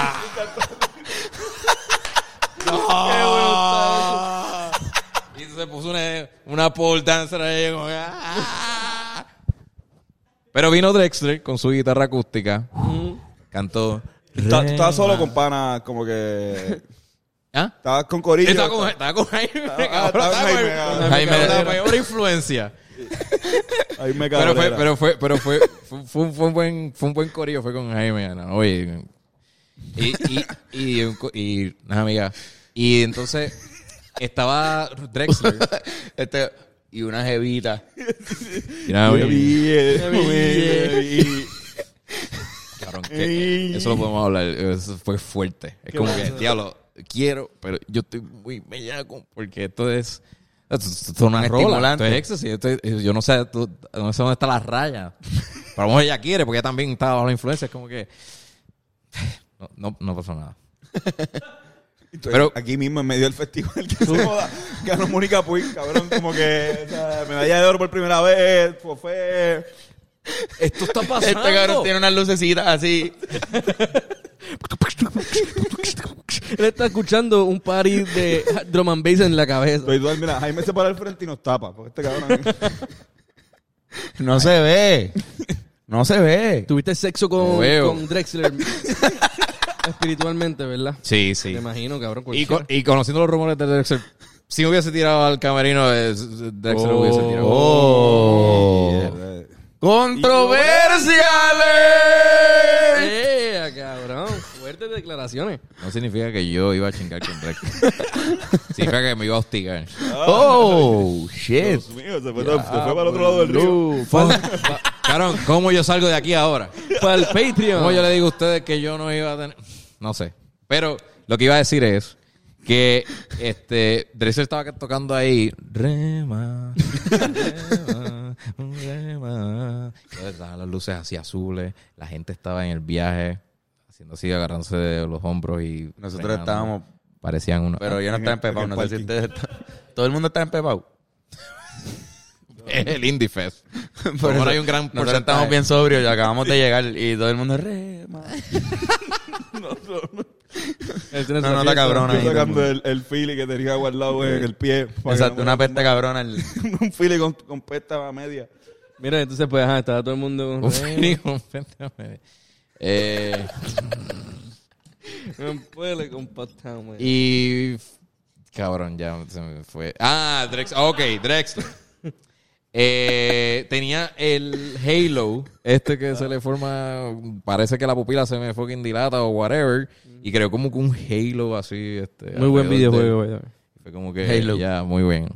Y se puso una pole dancer ahí. Como, Pero vino Drexler con su guitarra acústica. Cantó. Tú estabas solo con pana, como que... ¿Ah? Estabas con Corillo. Estaba con Jaime. estaba con Jaime. Jaime. La mayor influencia. Ahí me Pero fue un buen corillo, fue con Jaime, ¿no? Oye. Y una amiga. Y entonces estaba Drexler. Y una jevita. Y una amiga. Cabrón, que eso lo podemos hablar. Eso fue fuerte. Es como que, diablo, quiero, pero yo estoy muy bellaco porque esto es una rola. Esto es éxtasis. Yo no sé dónde está la raya. Pero a lo mejor ella quiere porque ella también estaba bajo la influencia. Es como que no pasó nada. Pero aquí mismo en medio del festival que se joda, ganó Mónica Puig, cabrón, como que, o sea, medalla de oro por primera vez, fue... Esto está pasando. Este cabrón tiene unas lucecitas así. Él está escuchando un party de drum and bass en la cabeza. Mira, Jaime se para al frente y nos tapa, porque este cabrón... No se ve. No se ve. Tuviste sexo con Drexler espiritualmente, ¿verdad? Sí. Me imagino, cabrón. Y conociendo los rumores de Drexler, si me hubiese tirado al camerino, Drexler hubiese tirado. ¡Controversiales! Cabrón. Fuertes declaraciones. No significa que yo iba a chingar con Drexler. Significa que me iba a hostigar. ¡Oh, shit! Dios mío, se fue para el otro lado del río. Cabrón, ¿cómo yo salgo de aquí ahora? Para el Patreon. ¿Cómo yo le digo a ustedes que yo no iba a tener...? No sé. Pero lo que iba a decir es que Drexler estaba tocando ahí rema. Entonces estaban las luces así azules, la gente estaba en el viaje haciendo así, agarrándose de los hombros y Nosotros estábamos... parecían unos... Pero yo no estaba empepado, no sé si ustedes... ¿Todo el mundo está empepado? Es el Indie Fest. Por eso, Ahora hay un gran nosotros porcentaje. estamos bien sobrios y acabamos de llegar y todo el mundo rema. No, está cabrón ahí. Estoy sacando el fili que tenía guardado en el pie. Exacto, una peste cabrona. Un fili con pesta media. Mira, entonces pues, estaba todo el mundo con... Un feeling completamente. No puede con pasta, güey. Y... Cabrón, ya se me fue. Drexler. Ok, Drexler. Tenía el halo, que se le forma, parece que la pupila se me fucking dilata o whatever, y creó como que un halo así. Muy buen videojuego, güey. Fue como que Halo. ya, muy bien.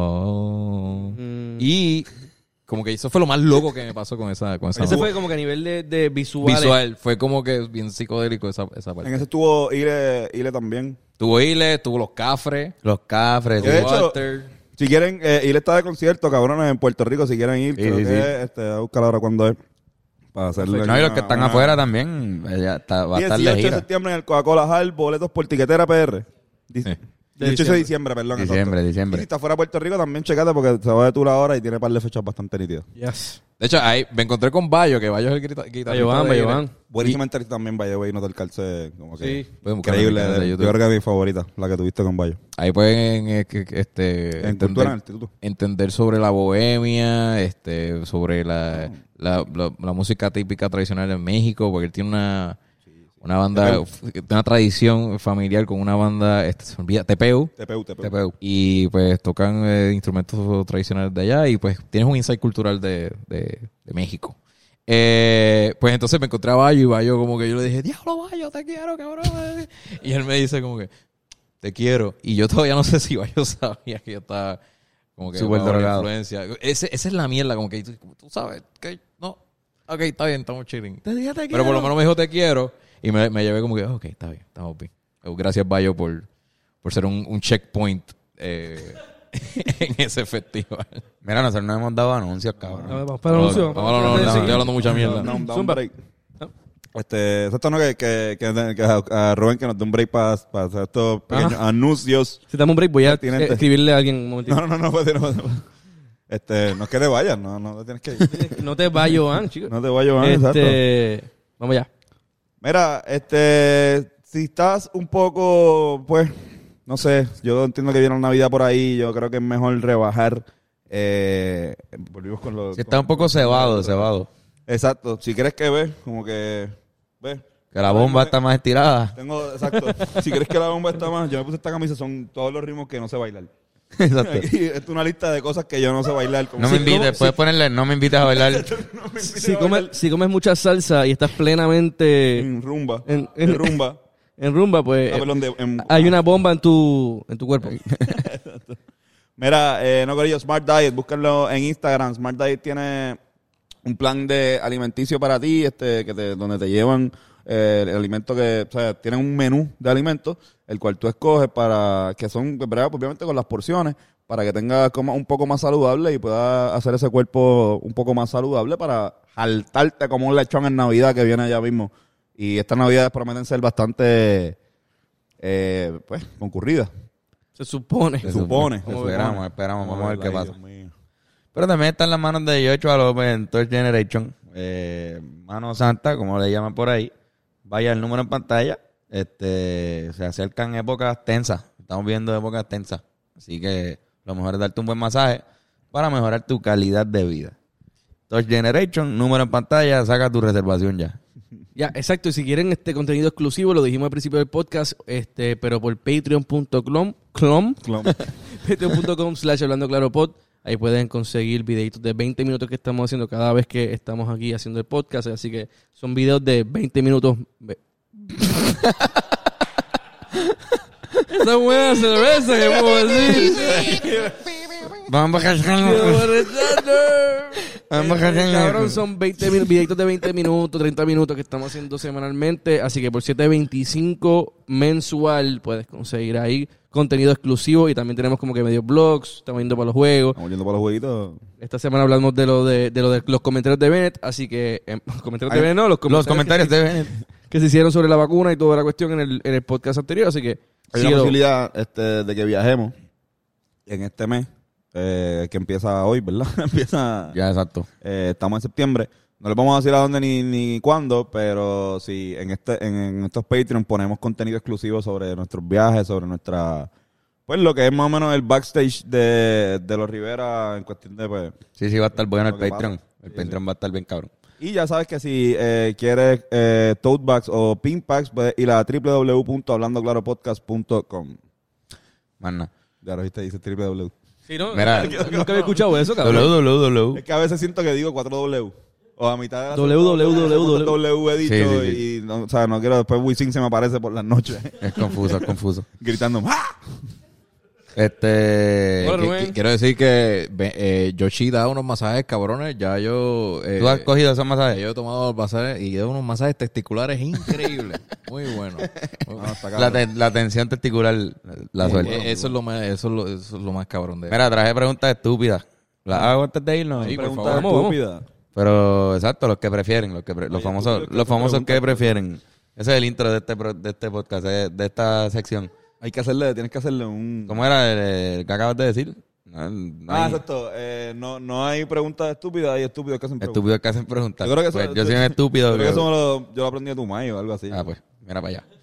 Y como que eso fue lo más loco que me pasó con esa Ese fue como que a nivel de visuales. visual. Fue como que bien psicodélico esa parte. En ese estuvo Ile también. Tuvo Ile, tuvo los Cafres. Los cafres. De sí. hecho, Walter. Si quieren, Ile está de concierto, cabrones, en Puerto Rico, si quieren ir, Sí, creo sí, que a buscar ahora cuándo es. Para hacerle No, y los que están afuera también, va a estar de 18 de gira. septiembre en el Coca-Cola Hall, boletos por tiquetera PR. 18 de diciembre, perdón. Diciembre. Y si está fuera de Puerto Rico, también checate porque se va de tour ahora y tiene un par de fechas bastante nítidas. Yes. De hecho, ahí me encontré con Bayo, que Bayo es el guitarrista. Bayo Van. Buenísima entrevista también, by the way, no te calce como que Sí. Pueden buscarla en mi increíble. canal de Yo YouTube. creo que es mi favorita, la que tuviste con Bayo. Ahí pueden En Cultura, en el instituto. entender sobre la bohemia, sobre la música típica tradicional de México, porque él tiene una banda de una tradición familiar con una banda, se me olvida, TPU. TPU. Y pues tocan instrumentos tradicionales de allá y pues tienes un insight cultural de México. Pues entonces me encontré a Bayo y Bayo como que yo le dije, diablo Bayo, te quiero, cabrón. Y él me dice como que, te quiero. Y yo todavía no sé si Bayo sabía que yo estaba como que súper drogado. Influencia. Esa es la mierda, como que tú sabes, que no, ok, está bien, estamos chilling. Te dije te quiero. Pero por lo menos me dijo te quiero y me llevé como que, ok, está bien, estamos bien. Gracias Bayo por ser un checkpoint en ese festival. Mira, nosotros no hemos dado anuncios, cabrón. Vamos para el anuncio. No, estoy hablando mucha mierda. No, da un Zumba. break. Esto no que a Rubén que nos dé un break para hacer estos pequeños anuncios. Si damos un break, voy a Pertinente. escribirle a alguien un momentito. No es que te vayas, no te tienes que ir. No te vayas, Joan, chicos. No te vayas, Joan, exacto. Vamos ya. Mira, si estás un poco, pues, no sé, yo entiendo que viene la Navidad por ahí, yo creo que es mejor rebajar. Volvimos con lo... Si está un poco cebado. Exacto, si quieres que ves, como que ves. Que la bomba está más estirada. Exacto, si quieres que la bomba está más, yo me puse esta camisa, son todos los ritmos que no sé bailar. Exacto. Aquí, esto es una lista de cosas que yo no sé bailar. Como No me invites, puedes ponerle, no me invites a bailar. Si comes mucha salsa y estás plenamente En rumba. En- En rumba. en rumba, pues Perdón, hay una bomba en tu cuerpo. Mira, no corillo, Smart Diet, búsquenlo en Instagram. Smart Diet tiene un plan de alimenticio para ti, donde te llevan el alimento o sea, tienen un menú de alimentos, el cual tú escoges para que son, ¿verdad? Obviamente con las porciones, para que tengas un poco más saludable y puedas hacer ese cuerpo un poco más saludable para jaltarte como un lechón en Navidad que viene allá mismo. Y estas Navidades prometen ser bastante, pues, concurridas. Se supone. Se supone. Esperamos, vamos a ver qué Ay, pasa. Dios mío. Pero también está en las manos de Joshua López en Third Generation. Mano Santa, como le llaman por ahí. Vaya el número en pantalla. Se acercan épocas tensas. Estamos viendo épocas tensas. Así que lo mejor es darte un buen masaje para mejorar tu calidad de vida. Third Generation, número en pantalla, saca tu reservación ya. Ya, exacto. Y si quieren este contenido exclusivo, lo dijimos al principio del podcast, pero por patreon.com patreon.com/hablandoclaropod. Ahí pueden conseguir videitos de 20 minutos que estamos haciendo cada vez que estamos aquí haciendo el podcast. Así que son videos de 20 minutos. Esa buena cerveza que puedo decir. Vamos a Cabrón, son 20 videitos de 20 minutos, 30 minutos que estamos haciendo semanalmente. Así que por $7.25 mensual puedes conseguir ahí contenido exclusivo. Y también tenemos como que medio blogs. Estamos yendo para los juegos. Estamos yendo para los jueguitos. Esta semana hablamos de lo de los comentarios de Bennett. Así que, comentarios de Bennett, no, los comentarios que, de Bennett. que se hicieron sobre la vacuna y toda la cuestión en el podcast anterior. Así que, Hay una posibilidad de que viajemos en este mes, que empieza hoy, ¿verdad? Ya, exacto. Estamos en septiembre. No les vamos a decir a dónde ni cuándo, pero sí, en estos Patreon ponemos contenido exclusivo sobre nuestros viajes, sobre nuestra... Pues lo que es más o menos el backstage de los Rivera en cuestión de... Pues, Sí, va a estar bueno el Lo que Patreon. pasa. El Sí, Patreon va a estar bien cabrón. y ya sabes que si quieres tote bags o pin packs, puedes ir a www.hablandoclaropodcast.com. Más nada. Ya lo viste, dice www. Sí, ¿no? Mira. Nunca había escuchado eso, cabrón. www. Es que a veces siento que digo 4W. O a mitad de la www. W he dicho Sí. y no, o sea, no quiero, después Wisin se me aparece por las noches Es confuso. gritando ¡ah! Hola, Rubén. Quiero decir que Yoshi da unos masajes cabrones. Ya yo... ¿Tú has cogido esos masajes? Yo he tomado masajes y da unos masajes testiculares increíbles. Muy bueno. No, está cabrón. La tensión testicular, la suerte. Eso es lo más cabrón de Mira, traje preguntas estúpidas. ¿Las hago antes de irnos? Sí, por Pregunta favor. vamos. estúpida. Pero, exacto, los que prefieren. Los famosos pregunta. que prefieren. Ese es el intro de este podcast, de esta sección. Tienes que hacerle un... ¿Cómo era el que acabas de decir? No hay exacto. No hay preguntas estúpidas, hay estúpidos que hacen preguntas. estúpidos que hacen preguntas. Yo creo que Pues eso- yo soy un estúpido. Creo que que- eso yo lo aprendí de tu mayo o algo así. Ah, pues, mira para allá.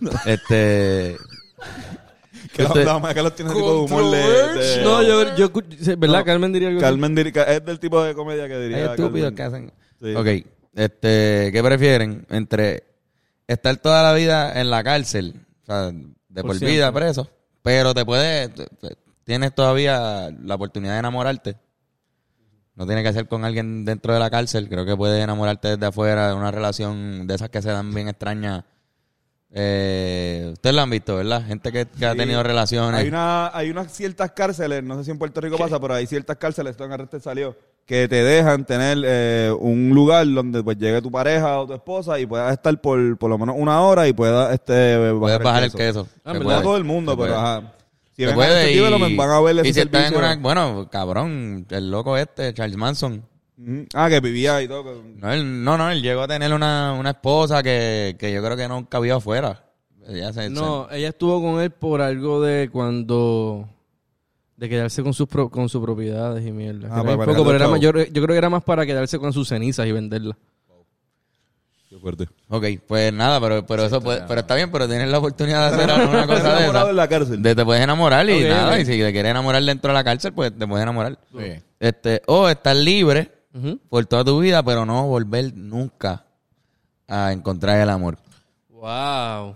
Que Usted- la mamá Carlos tiene ese tipo de humor de... No, yo ¿verdad? No. Carmen diría algo así. Carmen es del tipo de comedia que diría Hay estúpidos Carmen. que hacen. Sí. Ok, ¿qué prefieren entre estar toda la vida en la cárcel, o sea, de por vida siempre. preso, pero tienes todavía la oportunidad de enamorarte. No tiene que ser con alguien dentro de la cárcel. Creo que puedes enamorarte desde afuera de una relación de esas que se dan bien extrañas. Ustedes lo han visto, ¿verdad? Gente que ha tenido relaciones. Hay unas ciertas cárceles, no sé si en Puerto Rico pasa, pero hay ciertas cárceles, esto en Arreste salió, que te dejan tener un lugar donde pues llegue tu pareja o tu esposa y puedas estar por lo menos una hora y puedas Puedes bajar el queso. Ah, Se ¿verdad? No puede. a todo el mundo, Se pero puede. ajá. Si Se ven a puede este y, development, van a ver ese y si estás en servicio. bueno, cabrón, el loco Charles Manson. Ujú. Que vivía y todo. Él llegó a tener una esposa que yo creo que nunca vio afuera. Ella No, ella estuvo con él por algo de quedarse con con sus propiedades y mierda. Ah, Que era para un poco, pero manejarlo, yo creo que era más para quedarse con sus cenizas y venderlas. Qué fuerte. Ok, pues nada, pero eso puede, pero está bien, pero tienes la oportunidad de hacer una cosa de enamorado esa. en la cárcel. Te puedes enamorar y Ok, nada, ok. y si te quieres enamorar dentro de la cárcel, pues te puedes enamorar. Sí. O estar libre Ujú. por toda tu vida, pero no volver nunca a encontrar el amor. Wow.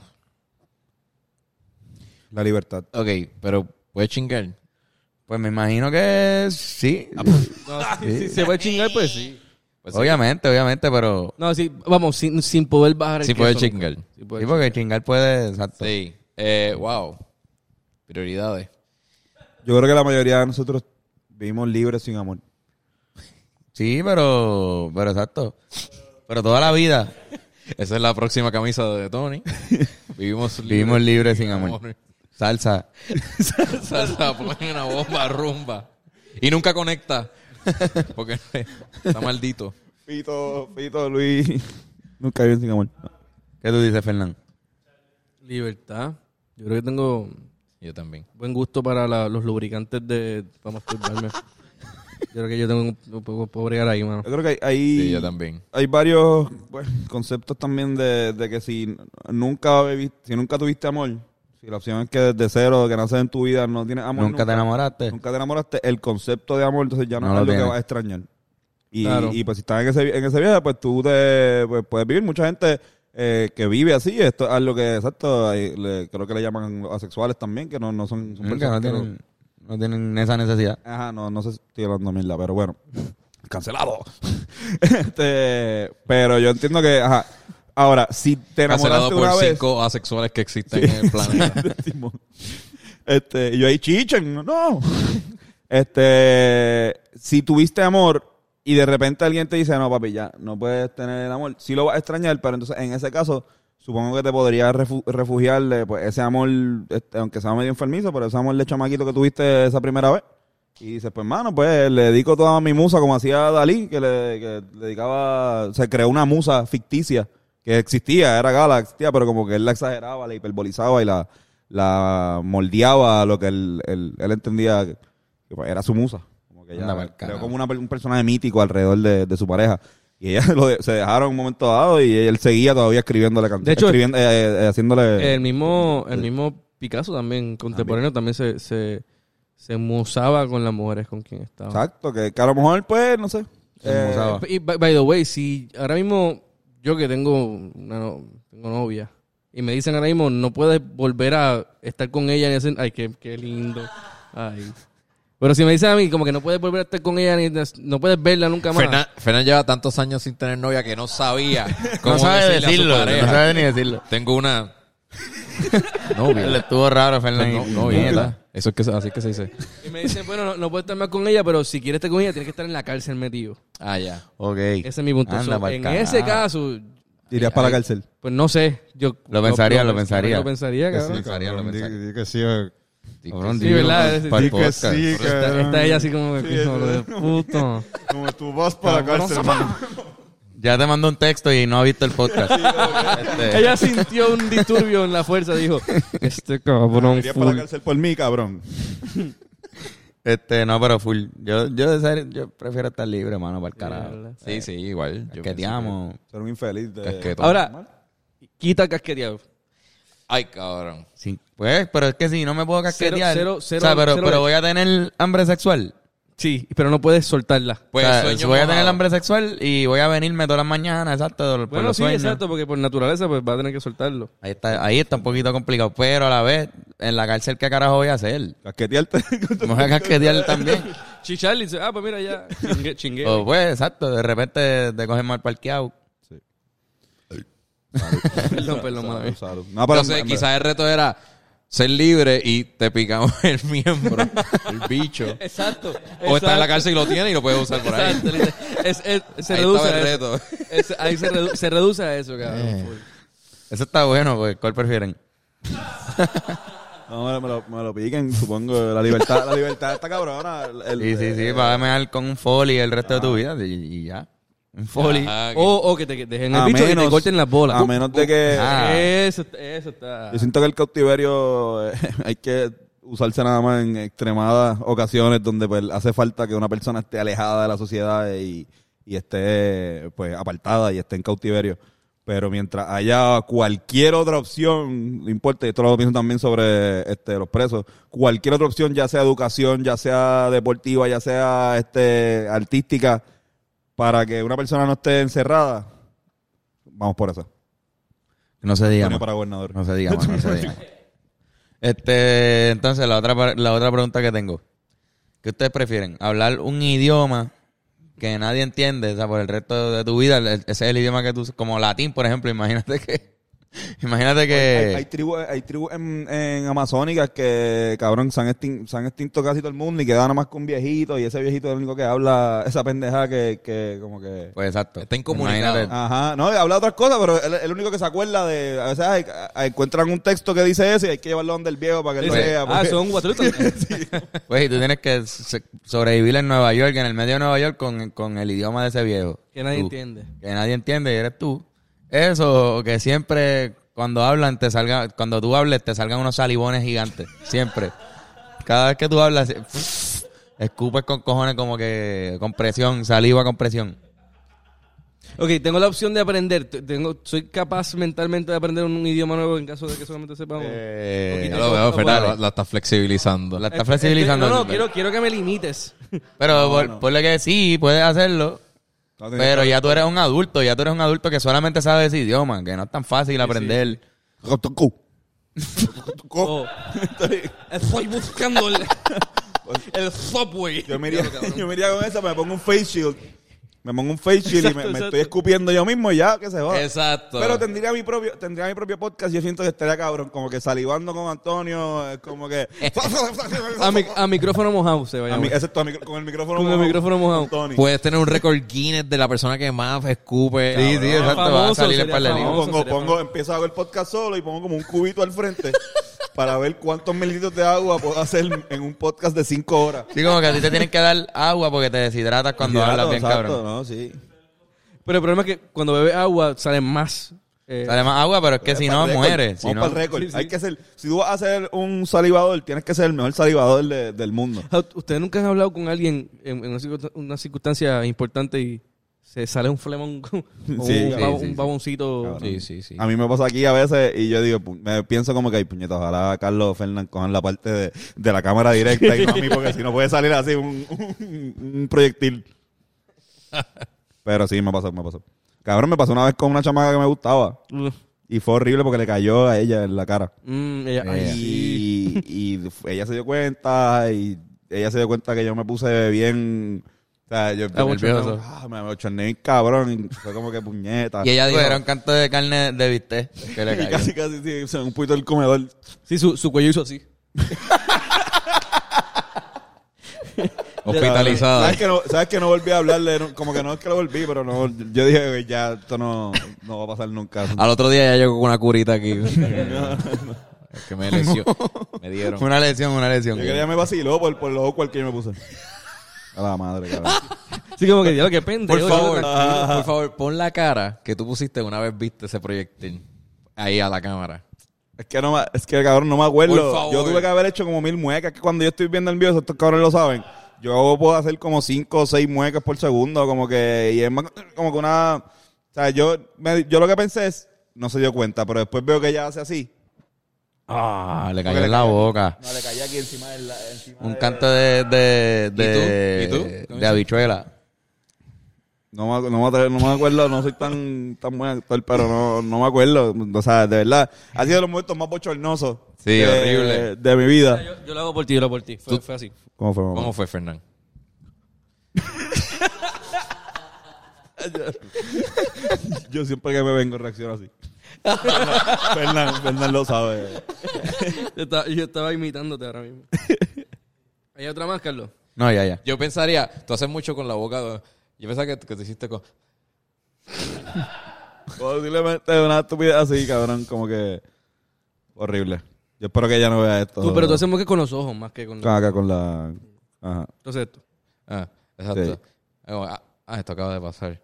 La libertad. Ok, pero puedes chingar. Pues me imagino que sí. No, si se puede chingar, pues sí. Pues obviamente, pero... No, sí, vamos, sin poder bajar el Sí queso puedes nunca. chingar. Sí puede Sí, porque chingar puede... Exacto. Sí. Wow. Prioridades. Yo creo que la mayoría de nosotros vivimos libres sin amor. Sí, pero exacto. Pero toda la vida Esa es la próxima camisa de Tony. Vivimos vivimos libres sin amor. Salsa. Salsa, ponen una bomba, rumba. Y nunca conecta. Porque está maldito. Fito, Luis. Nunca viven sin amor. ¿Qué tú dices, Fernán? Libertad. Yo creo que tengo Yo también. buen gusto para los lubricantes para masturbarme. Yo creo que yo puedo bregar ahí, mano. Yo creo que hay Sí, yo también. hay varios conceptos también de que si nunca tuviste amor, si la opción es que desde cero, que naces en tu vida, no tienes amor. ¿Nunca te enamoraste? Nunca te enamoraste, el concepto de amor, entonces ya no, No es lo lo que tienes. vas a extrañar. Y, Claro. y pues si estás en ese viaje, pues tú pues, puedes vivir. Mucha gente que vive así, esto es algo que, exacto, creo que le llaman asexuales también, que no son Que personas que no tienen esa necesidad. Ajá, no sé si estoy hablando mierda, pero bueno. Cancelado. Pero yo entiendo que, ajá. Ahora, si te Cancelado enamoraste por una vez... 5 asexuales que existen en el planeta. Simón. Y yo ahí chichen, no. Si tuviste amor y de repente alguien te dice, no, papi, ya, no puedes tener el amor, sí lo vas a extrañar, pero entonces en ese caso, supongo que te podrías refugiar de pues, ese amor, aunque sea medio enfermizo, pero ese amor de chamaquito que tuviste esa primera vez. Y dices, pues, mano, pues le dedico toda mi musa, como hacía Dalí, que le dedicaba, se creó una musa ficticia que existía, era Gala, existía, pero como que él la exageraba, la hiperbolizaba y la moldeaba a lo que él entendía que pues, era su musa. Como que Anda ella pa'l creó carajo. como un personaje mítico alrededor de su pareja. Y ella se dejaron en un momento dado y él seguía todavía escribiéndole canciones. De hecho, haciéndole... El mismo Picasso también, contemporáneo, también se musaba con las mujeres con quien estaba. Exacto, que a lo mejor, pues, no sé. Se musaba. Y by the way, si ahora mismo yo que tengo novia y me dicen ahora mismo no puedes volver a estar con ella ni hacer, ay, qué lindo. Ay. Pero si me dicen a mí como que no puedes volver a estar con ella ni no puedes verla nunca más. Fernán lleva tantos años sin tener novia que no sabía cómo No sabe decirle decirlo, a su pareja. no sabe ni decirlo. Tengo una Le novia. estuvo raro, Fernán. No, novia. Eso es que así que se dice. Y me dicen, bueno, no puedes estar más con ella, pero si quieres estar con ella tienes que estar en la cárcel metido. Ah, ya. Ok. Ese es mi punto. Anda So, pa'l en carajo. ese caso, Irías para la cárcel. pues no sé. Yo Lo pensaría. Lo pensaría, cabrón. Di que sí. Cabrón, Sí, dilo, ¿verdad? pa'l Di que podcast. sí, Está ella así como que Sí, hijo de puta. Como tú vas para la cárcel. Ya te mandó un texto y no ha visto el podcast. Ella sintió un disturbio en la fuerza. Dijo, este cabrón Irías para la full. cárcel por mí, cabrón. No, pero full. Yo prefiero estar libre, mano, para el carajo. Sí, sí, igual. Yo Que te amo. Ser un infeliz. Casquetón. Ahora, quita casqueteado. Ay, cabrón. Sí, pues, pero es que si no me puedo casquetear. Cero, o sea, pero cero. voy a tener hambre sexual. Sí, pero no puedes soltarla. Pues O sea, sueño voy a tener mojado. hambre sexual y voy a venirme todas las mañanas, exacto, por Bueno, los sí, sueños. exacto, porque por naturaleza pues va a tener que soltarlo. Ahí está un poquito complicado, pero a la vez, en la cárcel, ¿qué carajo voy a hacer? Casquetearte. Me voy a casquetear también. Chicharli dice, pues mira ya, chingue. O pues, exacto, de repente te cogen mal parqueado. Perdón, madre. Salud. No, pero Entonces, quizás el reto era ser libre y te picamos el miembro, el bicho. Exacto. O está en la cárcel y lo tiene y lo puedes usar por ahí. Exacto. Se Ahí reduce estaba a el eso. reto. Ahí se reduce a eso, cabrón. Eso está bueno, pues, ¿cuál prefieren? No, me lo piquen, supongo. La libertad está cabrona. Sí, vas a mear con un folio el resto de tu vida y ya. Un folio. Ah, O que te dejen el A bicho y te menos- corten las bolas. A menos de que... Ah. Eso está. Yo siento que el cautiverio hay que usarse nada más en extremadas ocasiones donde pues hace falta que una persona esté alejada de la sociedad y esté pues apartada y esté en cautiverio. Pero mientras haya cualquier otra opción, no importa, y esto lo pienso también sobre los presos, cualquier otra opción, ya sea educación, ya sea deportiva, ya sea artística, para que una persona no esté encerrada, vamos por eso. No se diga Antonio más. para gobernador. No se diga más, no se diga más. Entonces, la otra pregunta que tengo. ¿Qué ustedes prefieren? ¿Hablar un idioma que nadie entiende, o sea, por el resto de tu vida? Ese es el idioma que tú... Como latín, por ejemplo. Imagínate que... Hay tribus en amazónicas que, cabrón, se han extinto casi todo el mundo y queda nada más con un viejito y ese viejito es el único que habla esa pendeja que como que... Pues exacto. Está incomunicado. Imagínate. Ajá, no, habla de otras cosas, pero él es el único que se acuerda de... A veces encuentran un texto que dice eso y hay que llevarlo donde el viejo para que él Dice, lea. porque- son guatrutas. Pues y tú tienes que sobrevivir en Nueva York, en el medio de Nueva York, con el idioma de ese viejo. Que nadie Tú. entiende. Que nadie entiende y eres tú. Eso, que siempre cuando hablan cuando tú hables te salgan unos salivones gigantes. Siempre. Cada vez que tú hablas, escupes con cojones como que con presión, saliva con presión. Ok, tengo la opción de aprender. Soy capaz mentalmente de aprender un idioma nuevo en caso de que solamente sepamos. Ya lo veo, Fernando, la estás flexibilizando. La estás flexibilizando. No, quiero que me limites. Pero por lo que sí, puedes hacerlo. No, tienes Pero que- ya tú eres un adulto que solamente sabe ese idioma, que no es tan fácil aprender. Oh, estoy buscando el subway. Yo me iría con esa, me pongo un face shield. Me pongo un face shield y me Exacto. estoy escupiendo yo mismo y ya, que se va. Exacto. Pero tendría mi propio podcast y yo siento que estaría cabrón, como que salivando con Antonio, como que... A micrófono mojado se vaya. Excepto con el micrófono Con el micrófono mojado. Tony. Puedes tener un récord Guinness de la persona que más escupe. Sí, sí, exacto. Va a famoso, salir el sería par de famoso. libros. Empiezo a hacer el podcast solo y pongo como un cubito al frente para ver cuántos mililitros de agua puedo hacer en un podcast de 5 horas. Sí, como que a ti te tienen que dar agua porque te deshidratas cuando hablas bien, Exacto, cabrón. ¿no? Sí. Pero el problema es que cuando bebes agua sale más. Sale más agua, pero es que si no, Para el récord. mueres. Si Vamos no, para el récord. Sí, sí. Hay que ser, si tú vas a ser un salivador, tienes que ser el mejor salivador del mundo. ¿Ustedes nunca han hablado con alguien en una circunstancia importante y se sale un flemón o Sí, un baboncito? Cabrón. Sí. A mí me pasa aquí a veces y yo digo, me pienso como que, ay, puñeta, ojalá Carlos Fernández cojan la parte de la cámara directa y no a mí, porque si no puede salir así un proyectil. Pero sí, me pasó. Cabrón, me pasó una vez con una chamaca que me gustaba y fue horrible porque le cayó a ella en la cara. Y ella se dio cuenta y ella se dio cuenta que yo me puse bien... O sea, yo Nervioso. me bochorné bien cabrón y fue como que puñeta. Y ella dijo, era un canto de carne de bistec que le Y cayó. casi, sí, o sea, un poquito del comedor. Sí, su cuello hizo así. hospitalizada. ¿Sabes que no volví a hablarle? Como que no es que lo volví, pero no. Yo dije que ya esto no va a pasar nunca. Al otro día ya llegó con una curita aquí. Es que me dieron. Una lesión. Yo que ella me vaciló por lo cual que yo me puse. A la madre, cabrón. Sí, como que diablo, qué pendejo. Por favor, pon la cara que tú pusiste una vez viste ese proyectil ahí a la cámara. Es que cabrón, no me acuerdo. Por favor. Yo tuve que haber hecho como 1000 muecas. Que cuando yo estoy bien nervioso, estos cabrones lo saben. Yo puedo hacer como 5 o 6 muecas por segundo. Como que, y es más, como que una. O sea, yo lo que pensé es, no se dio cuenta, pero después veo que ella hace así. Le cayó en la boca. No, le caía aquí encima de la... Un canto de ¿Y tú? de habichuela. No me acuerdo, no soy tan buen actor, pero no me acuerdo. O sea, de verdad, ha sido de los momentos más bochornosos. Sí, horrible. De mi vida. Yo lo hago por ti, yo lo hago por ti. Fue así. ¿Cómo fue, mamá? ¿Cómo fue, Fernán? Yo siempre que me vengo reacciono así. Fernán lo sabe. Yo estaba imitándote ahora mismo. ¿Hay otra más, Carlos? No, ya. Yo pensaría, tú haces mucho con la boca. Yo pensaba que te hiciste con... Posiblemente una estupidez así, cabrón, como que horrible. Yo espero que ella no vea esto. Pero tú hacemos que con los ojos más que con... Acá con la... Ajá. Entonces esto. Ah, exacto. Sí. Esto acaba de pasar.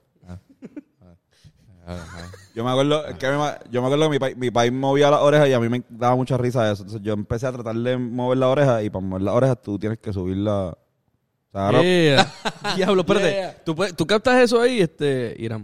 Yo me acuerdo que mi país movía las orejas y a mí me daba mucha risa eso. Entonces yo empecé a tratar de mover la oreja y para mover las orejas tú tienes que subirla. O sea, ahora- Diablo, espérate. Yeah. ¿Tú captas eso ahí, Irán?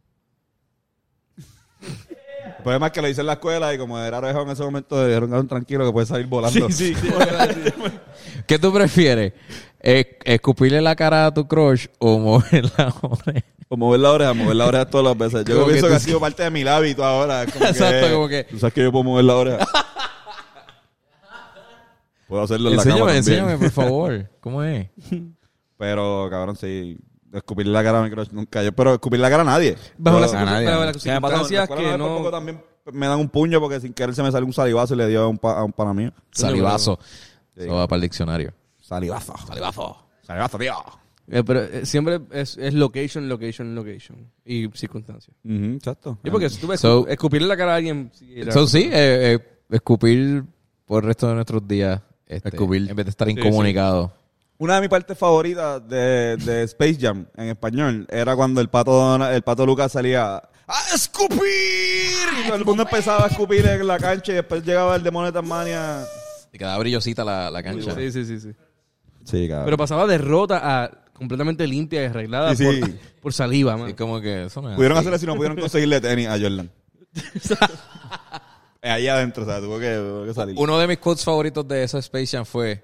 El problema es que lo hice en la escuela y como era oreja en ese momento, dijeron tranquilo que puedes salir volando. Sí. ¿Qué tú prefieres? ¿Escupirle la cara a tu crush o mover la oreja? O mover la oreja todas las veces. Yo Como pienso que que tú- ha sido parte de mi hábito ahora. Es como Exacto, como que- Tú sabes que yo puedo mover la oreja. Puedo hacerlo en la cama también. Enséñame, por favor. ¿Cómo es? Pero, cabrón, sí. Escupirle la cara a mi crush nunca. Pero escupirle la cara a nadie. Bajo las a nadie. circunstancias que Poco no... también me dan un puño porque sin querer se me sale un salivazo y le dio a un pana mío. Salivazo. Sí. Eso va para el diccionario. Salivazo, tío. Pero siempre es location. Y circunstancias. Exacto. Y porque si tú ves So- escupirle la cara a alguien... Eso sí, escupir por el resto de nuestros días. Escupir. En vez de estar incomunicado. Una de mis partes favoritas de Space Jam en español era cuando el pato Lucas salía ¡a escupir! Y todo el mundo empezaba a escupir en la cancha y después llegaba el demonio de Tasmania. Y quedaba brillosita la cancha. Sí. Sí, cabrón. Pero pasaba de rota a completamente limpia y arreglada Sí. por saliva, man. Y como que eso no es Pudieron así. hacerlo si no pudieron conseguirle tenis a Jordan. Ahí adentro, o sea, tuvo que salir. Uno de mis quotes favoritos de esa Space Jam fue...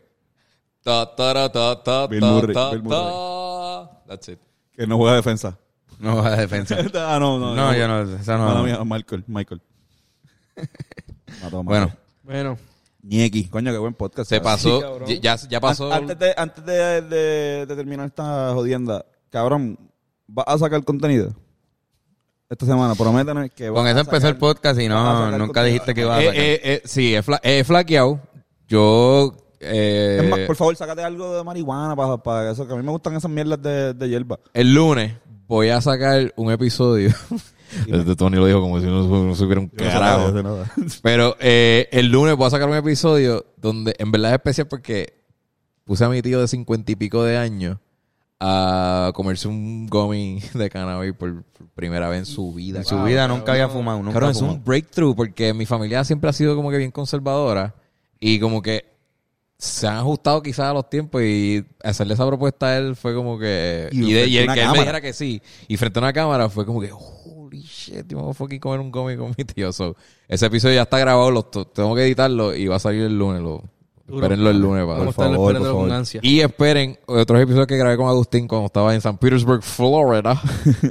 Bill Murray. That's it. Que no juega defensa. No va a defensa. No, yo no. Esa no. Mala mía, Michael. Mató a Bueno. Bueno, Ñequi. Coño, qué buen podcast. Se cabrón. pasó. cabrón. Ya pasó. Antes de terminar esta jodienda, cabrón, ¿vas a sacar contenido? Esta semana, prométenos que vas Con eso a empezó sacar- el podcast y vas a no, sacar nunca contenido. dijiste que ibas a sacar. Sí, he flaqueado. Yo... Es más, por favor, sácate algo de marihuana para eso, que a mí me gustan esas mierdas de hierba. El lunes voy a sacar un episodio. Tony lo dijo como si no supiera un carajo. Yo no sé nada. Pero el lunes voy a sacar un episodio donde en verdad es especial porque puse a mi tío de 50 y pico de años a comerse un gummy de cannabis por primera vez en su vida. En su vida nunca había fumado. Nunca Claro, es fumó. un breakthrough porque mi familia siempre ha sido como que bien conservadora y como que se han ajustado quizás a los tiempos y hacerle esa propuesta a él fue como que... Y Y, frente a el una que él me cámara. dijera que sí. Y frente a una cámara fue como que... Holy shit, yo me voy a fucking comer un gummy con mi tío. So, ese episodio ya está grabado, tengo que editarlo y va a salir el lunes. Espérenlo el lunes. vamos a estar favor, esperándolo por con favor. ansia. Y esperen otros episodios que grabé con Agustín cuando estaba en San Petersburg, Florida.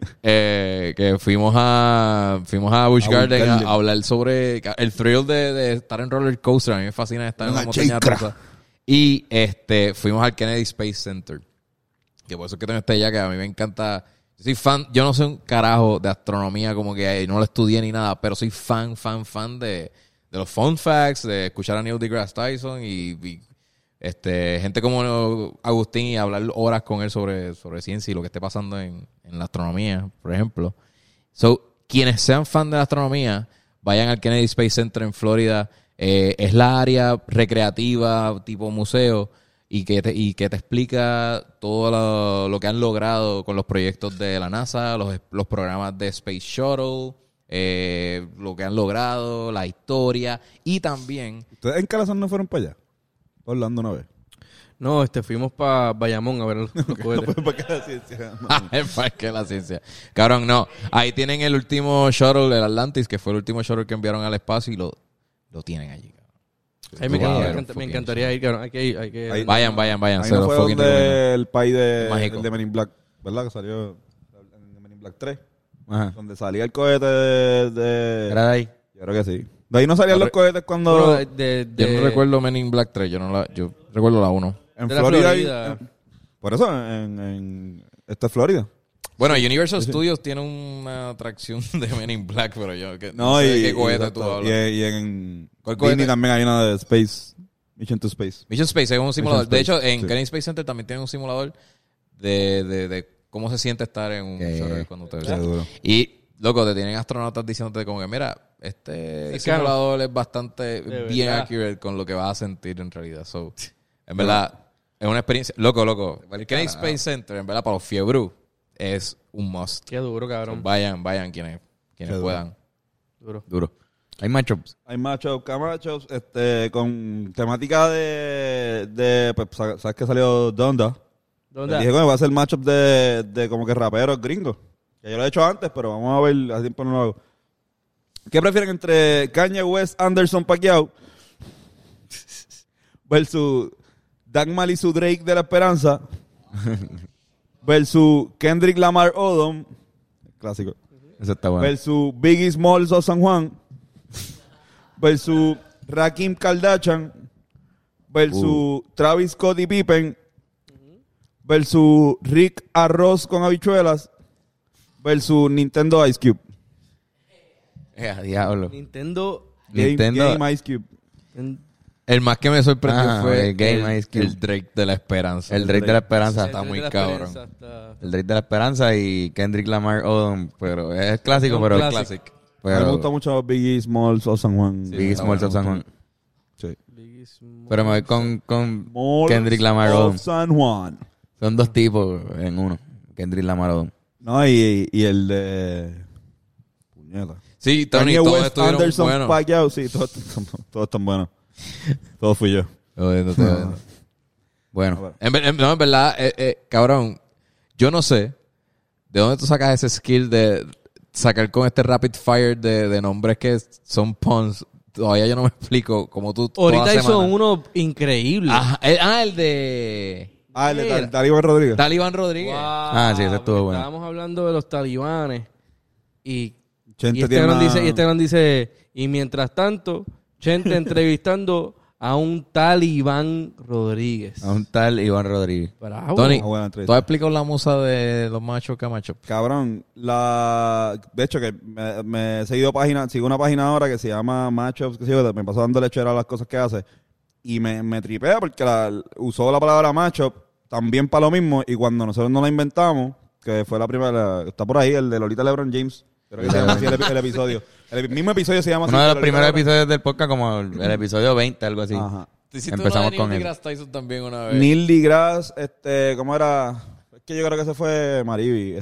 Que fuimos a Busch A Garden Garden. a hablar sobre el thrill de estar en roller coaster. A mí me fascina estar en Una la montaña chicra. rusa. Y fuimos al Kennedy Space Center. Que por eso es que tengo esta idea que a mí me encanta. Yo soy fan, yo no soy un carajo de astronomía, como que no lo estudié ni nada, pero soy fan de los fun facts, de escuchar a Neil deGrasse Tyson y gente como Agustín y hablar horas con él sobre ciencia y lo que esté pasando en la astronomía, por ejemplo. So, quienes sean fan de la astronomía, vayan al Kennedy Space Center en Florida. Es la área recreativa tipo museo y que te explica todo lo que han logrado con los proyectos de la NASA, los programas de Space Shuttle, lo que han logrado, la historia y también... ¿Ustedes en Calazán no fueron para allá? Orlando una vez. No, fuimos para Bayamón a ver los cohetes. ¿Para qué la ciencia? el parque de la ciencia. Cabrón, no. Ahí tienen el último shuttle, el Atlantis, que fue el último shuttle que enviaron al espacio y lo tienen allí. Cabrón. Ay, me encantaría ir, cabrón. Hay que ir. Ahí- Vayan. Ahí Se no los fue fucking donde recomiendo. el país Mágico. el de Men in Black, ¿verdad? Que salió en Men in Black 3. Ajá. Donde salía el cohete de... Era de ahí. Yo creo que sí. De ahí no salían los cohetes cuando... Bueno, Yo no recuerdo Men in Black 3, yo recuerdo la 1. en de la Florida. Florida. Por eso, esto es Florida. Bueno, Universal Studios tiene una atracción de Men in Black, pero yo no No, sé de y... qué cohete exacto. tú hablas. Y en ¿Cuál cohete? Disney también hay una de Space. Mission to Space. Mission Space es un simulador. Space, De hecho, en sí. Kennedy Space Center también tienen un simulador de cómo se siente estar en un Qué- shuttle cuando te Qué duro. Y, loco, te tienen astronautas diciéndote como que, mira, este Cercano. simulador es bastante bien verdad. accurate con lo que vas a sentir en realidad. So, en verdad, es una experiencia... Loco. El Kennedy Space Center, en verdad, para los fiebru, es un must. Qué duro, cabrón. Vayan quienes duro. puedan. Duro. Hay matchups. Hay matchups, camachos, con temática de pues, ¿sabes que salió Donda? ¿Dónde? Les dije que va a ser matchup de como que raperos gringos. Que yo lo he hecho antes, pero vamos a ver, hace tiempo no lo hago. ¿Qué prefieren entre Kanye West, Anderson Pacquiao versus Dan Mal y su Drake de la Esperanza versus Kendrick Lamar Odom, clásico, Eso está bueno. versus Biggie Smalls of San Juan versus Rakim Kardashian versus Travis Scott y Pippen versus Rick Arroz con habichuelas versus Nintendo Ice Cube. Diablo. Nintendo. Nintendo. Game Ice Cube. El más que me sorprendió Ah, fue el Game Ice Cube. el Drake de la Esperanza. El Drake de la Esperanza. Está muy cabrón. El Drake de la Esperanza y Kendrick Lamar Odom. Pero es clásico, Un pero... clásico. A mí me Pero... gusta mucho Biggie Smalls of San Juan. Biggie está Smalls bueno, of San Juan. Sí. Pero me voy con Smalls Kendrick Lamar of Odom. San Juan. Son dos tipos en uno. Kendrick Lamar Odom. No, y el de... Puñeta. Sí, Tony, Kanye todos West, estuvieron Anderson buenos. Pacquiao. Sí, todos están buenos. Todos fui yo. Bueno. En verdad, cabrón, yo no sé de dónde tú sacas ese skill de sacar con este rapid fire de nombres que son puns. Todavía yo no me explico cómo tú... Ahorita toda hizo semana- uno increíble. Ajá, el de... Ah, el de Talibán Rodríguez. Talibán Rodríguez. Wow, sí, ese estuvo bueno. Estábamos hablando de los talibanes y Chente este tiene gran una- dice, y mientras tanto, Chente entrevistando a un talibán Rodríguez. A un tal Iván Rodríguez. Bravo. Tony, Una buena ¿tú entrevista. has explicado la musa de los machos camachos? Cabrón, de hecho que me he seguido sigo una página ahora que se llama Matchups, que sigo, me pasó dando lechera a las cosas que hace y me tripea porque usó la palabra matchup también para lo mismo y cuando nosotros no la inventamos, que fue la primera, está por ahí, el de Lolita LeBron James, creo que se llama así el episodio. El mismo episodio se llama así. Uno de los Lolita primeros LeBron. episodios del podcast, como el episodio 20, algo así. Ajá. Empezamos con él. Tyson también una vez. Neil deGrasse, ¿cómo era? Es que yo creo que ese fue Mariby,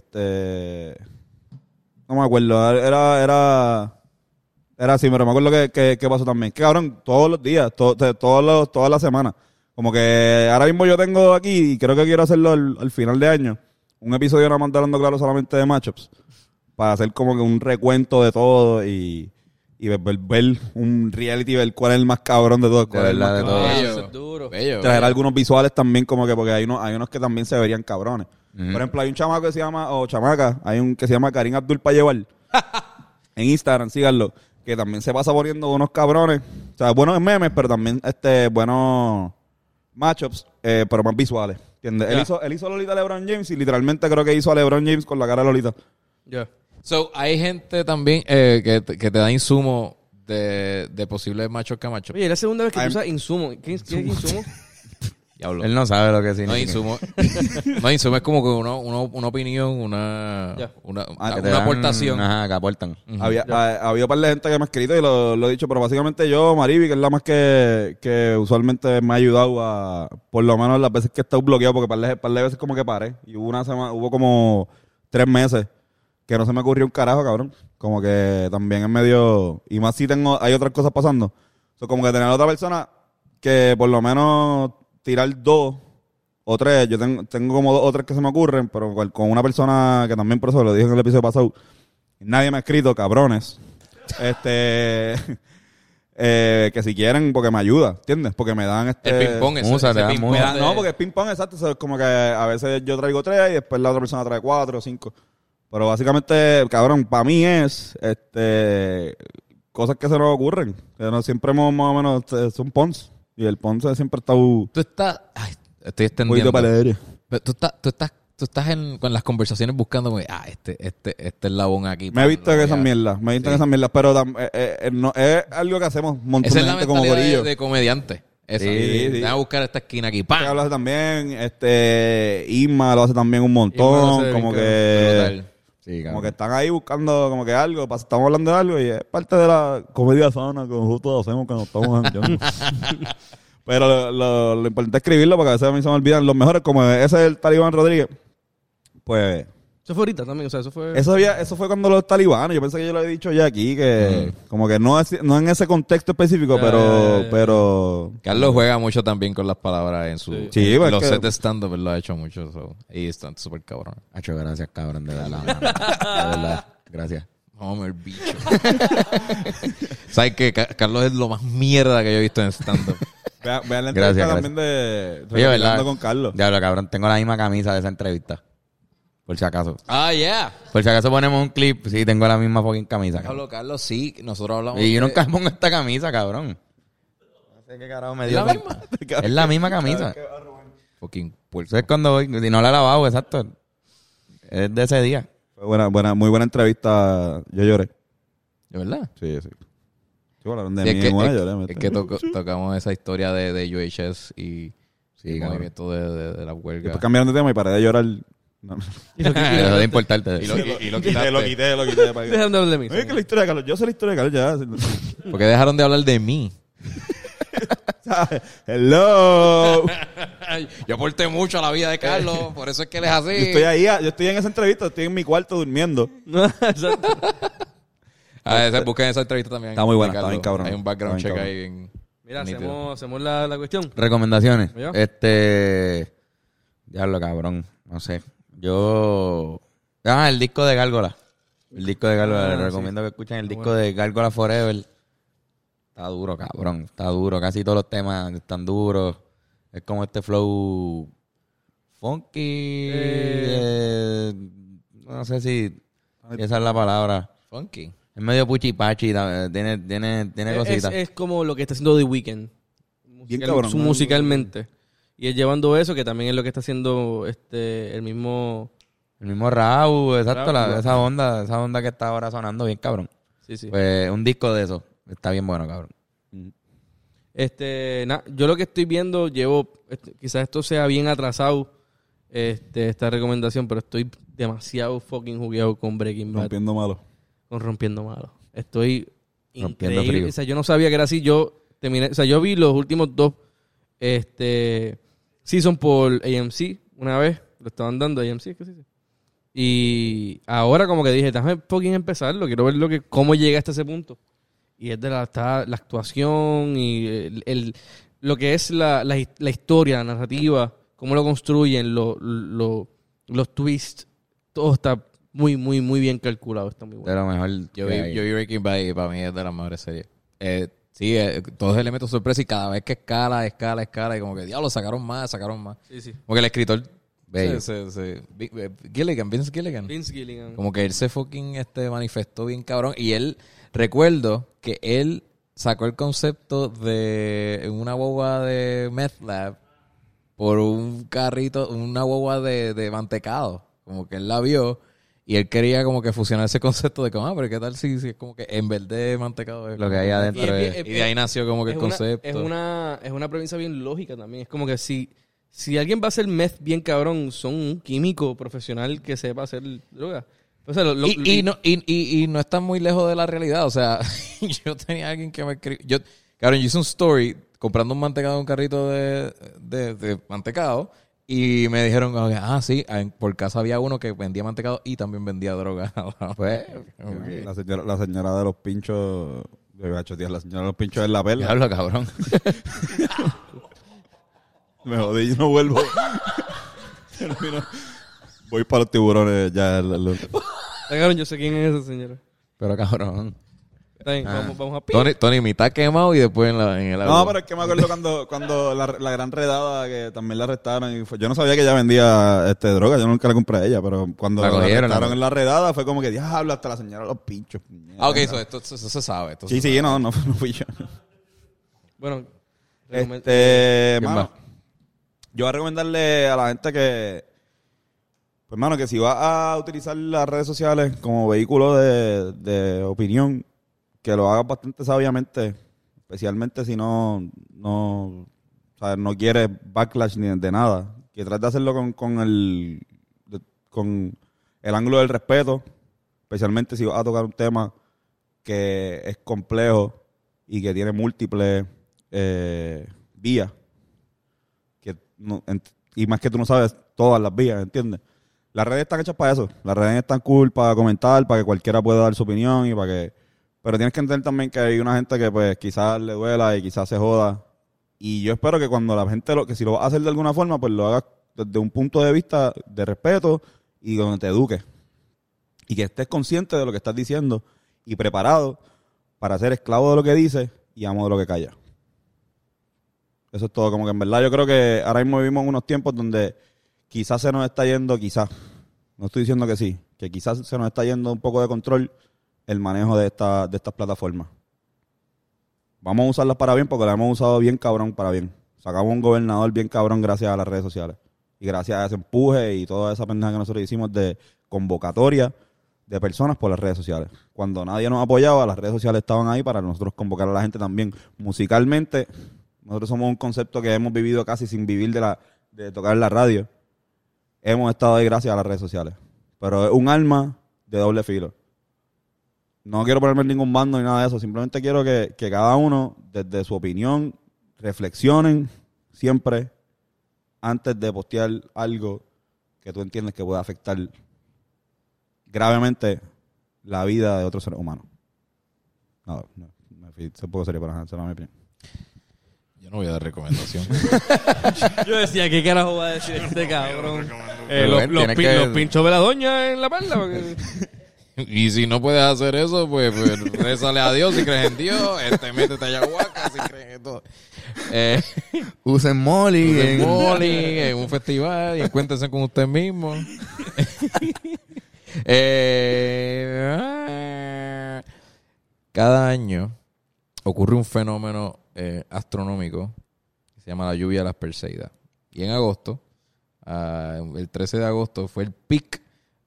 no me acuerdo, era así, pero me acuerdo que pasó también. Que cabrón, todos los días, todas las semanas. Como que ahora mismo yo tengo aquí, y creo que quiero hacerlo al final de año, un episodio nada más de Hablando Claro solamente de matchups, para hacer como que un recuento de todo y ver un reality, ver cuál es el más cabrón de todos. De verdad, de todo. Ah, Bello. eso es duro. Bello. Traer algunos visuales también, como que porque hay unos que también se verían cabrones. Por ejemplo, hay un chamaco que se llama, o chamaca, hay un que se llama Karim Abdul Payevar. En Instagram, síganlo. Que también se pasa poniendo unos cabrones. O sea, buenos memes, pero también buenos matchups, pero más visuales. ¿Entiendes? Ya. Él hizo Lolita LeBron James y literalmente creo que hizo a LeBron James con la cara de Lolita. Ya. So, hay gente también que te da insumo de posibles machos camachos. Oye, es la segunda vez que tú I'm- usas insumo. ¿Qué es insumo? Diablo. Él no sabe lo que No significa. insumo. No insumo es como que una opinión, una Ya. Que te una dan- aportación. Ajá, que aportan. Había un par de gente que me ha escrito y lo he dicho, pero básicamente yo, Mariby, que es la más que usualmente me ha ayudado a, por lo menos las veces que he estado bloqueado, porque par de veces como que paré. Y hubo como 3 meses que no se me ocurrió un carajo, cabrón. Como que también es medio... Y más si hay otras cosas pasando. Como que tener a otra persona que por lo menos tirar 2 o 3. Yo tengo como 2 o 3 que se me ocurren, pero con una persona que también, por eso lo dije en el episodio pasado, nadie me ha escrito, cabrones. que si quieren, porque me ayuda, ¿entiendes? Porque me dan El ping-pong, Musa, te dan ping-pong musa. de- No, porque es ping-pong, exacto. Eso es como que a veces yo traigo 3 y después la otra persona trae 4 o 5. Pero básicamente, cabrón, para mí es cosas que se nos ocurren. Que no, siempre hemos más o menos son Pons. Y el Pons siempre está un Tú estás... Ay, estoy poquito extendiendo. paledario. Pero tú estás con las conversaciones buscando como, este eslabón aquí. Me he visto en esas mierdas. Me he visto en esas mierdas. Pero no, es algo que hacemos un montón Esa de es la gente como mentalidad gorillo. de comediante. Esa. Sí, sí. Déjame buscar esta esquina aquí. Que ¡Pam! habla también. Isma lo hace también un Isma lo montón. hace Como bien, que... Brutal. Sí, Como que están ahí buscando como que algo, estamos hablando de algo y es parte de la comedia sana que nosotros hacemos que nos estamos jangueando. Pero lo importante es escribirlo porque a veces a mí se me olvidan los mejores, como ese del Talibán Rodríguez. Pues Eso fue ahorita también, o sea, eso fue... eso fue cuando los talibanes, yo pensé que yo lo he dicho ya aquí, que como que no en ese contexto específico, Ya, pero ya. pero Carlos juega mucho también con las palabras en su... Sí, pues los que- sets de stand-up él lo ha hecho mucho. Y están súper cabrón. Hacho, gracias, cabrón, de verdad. mano. De verdad, gracias. Vamos el bicho. ¿Sabes qué? Carlos es lo más mierda que yo he visto en stand-up. vean la Gracias, entrevista también de Oye, ¿verdad? Recopilando con Carlos. Diablo, cabrón, tengo la misma camisa de esa entrevista. Por si acaso. Ah, yeah. Por si acaso ponemos un clip, sí, tengo la misma fucking camisa. cabrón. Carlos, sí. Nosotros hablamos Y yo de- nunca pongo esta camisa, cabrón. No sé qué carajo me ¿Es dio. la por- Es la misma camisa. Fucking puerco. Eso es cuando voy, y no la he lavado, exacto. Es de ese día. Fue muy buena entrevista, yo lloré. ¿De verdad? Sí. Sí, hablaron de Sí, mí es que, en una, es- lloré, me- es que tocamos esa historia de UHS y Sí, el cabrón. movimiento de la huelga. Después cambiaron de tema y paré de llorar. No. Dejó de importarte. Y lo Lo quitaste. quité. para que- Dejan de hablar de mí. Oye, que la historia de Carlos. Yo sé la historia de Carlos ya. Porque dejaron de hablar de mí. Hello. Yo aporté mucho a la vida de Carlos, por eso es que él es así. Yo estoy en esa entrevista, estoy en mi cuarto durmiendo. Exacto. Busquen esa entrevista también. Está muy buena, de Carlos. está bien cabrón. Hay un background Está check bien ahí en... Mira, nítido. hacemos la cuestión. Recomendaciones. ¿Ya? Diablo, cabrón. No sé. Yo. El disco de Gárgola. El disco de Gárgola. Les recomiendo que escuchen el disco de Gárgola Forever. Está duro, cabrón. Está duro. Casi todos los temas están duros. Es como este flow funky. No sé si esa es la palabra. Funky. Es medio puchipachi. Tiene cositas. Es como lo que está haciendo The Weeknd. cabrón, ¿no? Musicalmente. Y es llevando eso, que también es lo que está haciendo el mismo... El mismo Raúl, exacto. Raúl. Esa onda que está ahora sonando bien, cabrón. Sí. Pues un disco de eso. Está bien bueno, cabrón. Yo lo que estoy viendo, quizás esto sea bien atrasado, esta recomendación, pero estoy demasiado fucking jugueado con Breaking Bad, Rompiendo malo. con Rompiendo Malo. Estoy Rompiendo increíble. frío. O sea, yo no sabía que era así. Yo vi los últimos 2 season por AMC una vez. Lo estaban dando AMC, ¿qué se dice? Y ahora como que dije, déjame fucking empezarlo. Quiero ver cómo llega hasta ese punto. Y es de la actuación y lo que es la historia, la narrativa, cómo lo construyen, los twists. Todo está muy, muy, muy bien calculado. Está muy De bueno. lo mejor. Yo que vi hay. Breaking Bad y para mí es de las mejores series. Sí, todos elementos sorpresa y cada vez que escala y como que diablo, sacaron más. Sí. Como que el escritor Bello. Vince Gilligan. Vince Gilligan. Como que él se fucking manifestó bien cabrón. Y él, recuerdo que él sacó el concepto de una guagua de Meth Lab por un carrito, una guagua de mantecado. Como que él la vio y él quería como que fusionar ese concepto de como, pero ¿qué tal si es como que en vez de mantecado es Lo que como hay adentro Y es es- y de ahí nació como que el concepto. Es una premisa bien lógica también. Es como que si alguien va a hacer meth bien cabrón, son un químico profesional que sepa hacer droga. O sea, Y no está muy lejos de la realidad. O sea, yo tenía alguien que me escribió. Yo hice un story comprando un mantecado en un carrito de mantecado. Y me dijeron, como que, sí, por casa había uno que vendía mantecado y también vendía droga. Pues, La señora de los pinchos. Yo iba a chotear, la señora de los pinchos es la perla. diablo, cabrón. Me jodí, yo no vuelvo. Voy para los tiburones ya. Cabrón, yo sé quién es esa señora. Pero cabrón. Está bien, vamos a Tony mitad quemado y después en el agua. No, pero es que me acuerdo cuando la gran redada que también la arrestaron. Yo no sabía que ella vendía droga, yo nunca la compré a ella, pero cuando La la cogieron, arrestaron ¿no? en la redada fue como que diablo, hasta la señora los pinchos. Ok, eso se sabe. Esto Sí, se sabe. no fui yo. Bueno, Mano, yo voy a recomendarle a la gente que, pues, mano, que si vas a utilizar las redes sociales como vehículo de opinión, que lo hagas bastante sabiamente, especialmente si no quieres backlash ni de nada. Que trates de hacerlo con el ángulo del respeto, especialmente si vas a tocar un tema que es complejo y que tiene múltiples vías. Y más que tú no sabes todas las vías, ¿entiendes? Las redes están hechas para eso. Las redes están cool para comentar, para que cualquiera pueda dar su opinión y para que... Pero tienes que entender también que hay una gente que pues quizás le duela y quizás se joda. Y yo espero que cuando la gente que si lo vas a hacer de alguna forma, pues lo hagas desde un punto de vista de respeto y donde te eduques. Y que estés consciente de lo que estás diciendo y preparado para ser esclavo de lo que dices y amo de lo que callas. Eso es todo. Como que en verdad yo creo que ahora mismo vivimos en unos tiempos donde quizás se nos está yendo, no estoy diciendo que sí, que quizás se nos está yendo un poco de control el manejo de estas plataformas. Vamos a usarlas para bien porque las hemos usado bien cabrón para bien. Sacamos un gobernador bien cabrón gracias a las redes sociales. Y gracias a ese empuje y toda esa pendeja que nosotros hicimos de convocatoria de personas por las redes sociales. Cuando nadie nos apoyaba, las redes sociales estaban ahí para nosotros convocar a la gente también. Musicalmente, nosotros somos un concepto que hemos vivido casi sin vivir de tocar en la radio. Hemos estado ahí gracias a las redes sociales. Pero es un arma de doble filo. No quiero ponerme en ningún bando ni nada de eso. Simplemente quiero que cada uno, desde su opinión, reflexionen siempre antes de postear algo que tú entiendes que puede afectar gravemente la vida de otros seres humanos. No, me fui un poco serio para nada, esa no es mi opinión. Yo no voy a dar recomendación. Yo decía, ¿qué carajo va a decir este cabrón? Los pinchos de la doña en la palda. Porque... Y si no puedes hacer eso, pues rézale a Dios si crees en Dios. Métete a ayahuasca si crees en todo. Usen Molly. En un festival y encuéntrense con usted mismo. Cada año ocurre un fenómeno astronómico que se llama la lluvia de las Perseidas. Y en agosto, el 13 de agosto, fue el pic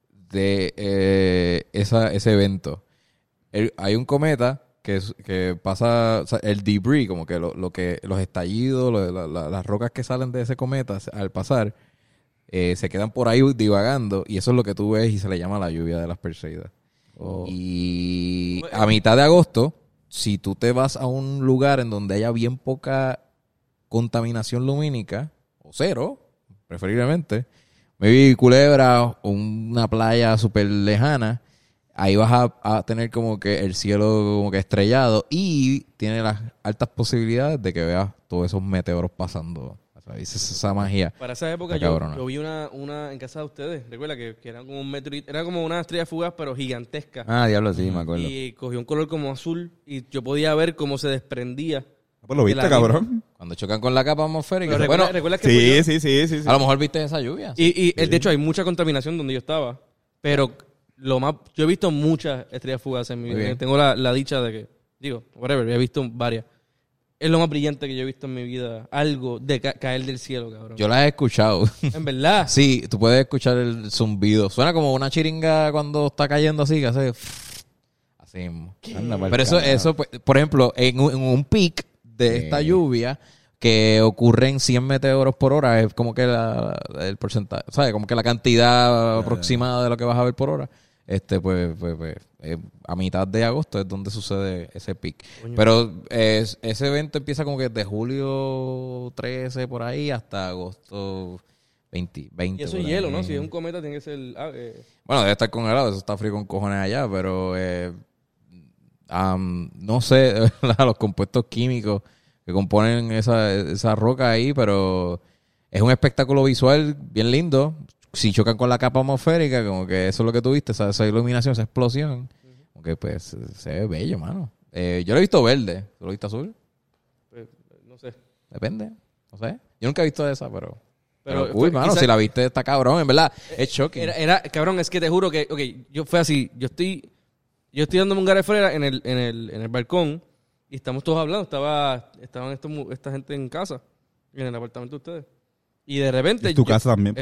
de ese evento. Hay un cometa que pasa, o sea, el debris, como que los estallidos, las rocas que salen de ese cometa al pasar, se quedan por ahí divagando, y eso es lo que tú ves y se le llama la lluvia de las Perseidas. Oh. Y a mitad de agosto, si tú te vas a un lugar en donde haya bien poca contaminación lumínica, o cero, preferiblemente, maybe Culebra o una playa súper lejana, ahí vas a tener como que el cielo como que estrellado y tiene las altas posibilidades de que veas todos esos meteoros pasando. ¿Sabes? Esa magia. Para esa época yo vi una en casa de ustedes. Recuerda que era como un meteorito, era como una estrella fugaz pero gigantesca. Ah, diablo, sí, me acuerdo. Y cogió un color como azul y yo podía ver cómo se desprendía. Pues lo viste, cabrón. Cuando chocan con la capa atmosférica. ¿Recuerdas que sí. A lo mejor viste esa lluvia. Y de hecho hay mucha contaminación donde yo estaba. Pero yo he visto muchas estrellas fugaces en mi vida. Tengo la dicha de que, whatever, he visto varias. Es lo más brillante que yo he visto en mi vida. Algo de caer del cielo, cabrón. Yo las he escuchado. ¿En verdad? Sí, tú puedes escuchar el zumbido. Suena como una chiringa cuando está cayendo así, que hace... Así mismo. Pero eso, por ejemplo, en un pic de esta lluvia que ocurre en 100 meteoros por hora, es como que el porcentaje, ¿sabes? Como que la cantidad aproximada de lo que vas a ver por hora. A mitad de agosto es donde sucede ese pic. Coño. Pero ese evento empieza como que desde julio 13 por ahí hasta agosto 20. Y eso es hielo, ¿no? Si es un cometa tiene que ser... Bueno, debe estar congelado, eso está frío con cojones allá, pero no sé los compuestos químicos que componen esa roca ahí, pero es un espectáculo visual bien lindo. Si chocan con la capa atmosférica, como que eso es lo que tuviste, esa iluminación, esa explosión, como que pues se ve bello, mano. Yo lo he visto verde. ¿Tú lo has visto azul? No sé. Depende. No sé. Yo nunca he visto esa, pero Pero uy, mano, si la viste está cabrón, en verdad. Es shocking. Cabrón, es que te juro que, yo fue así, yo estoy dándome un gare fuera en el balcón y estamos todos hablando, estaban esta gente en casa, en el apartamento de ustedes. Y de repente... Es tu casa también.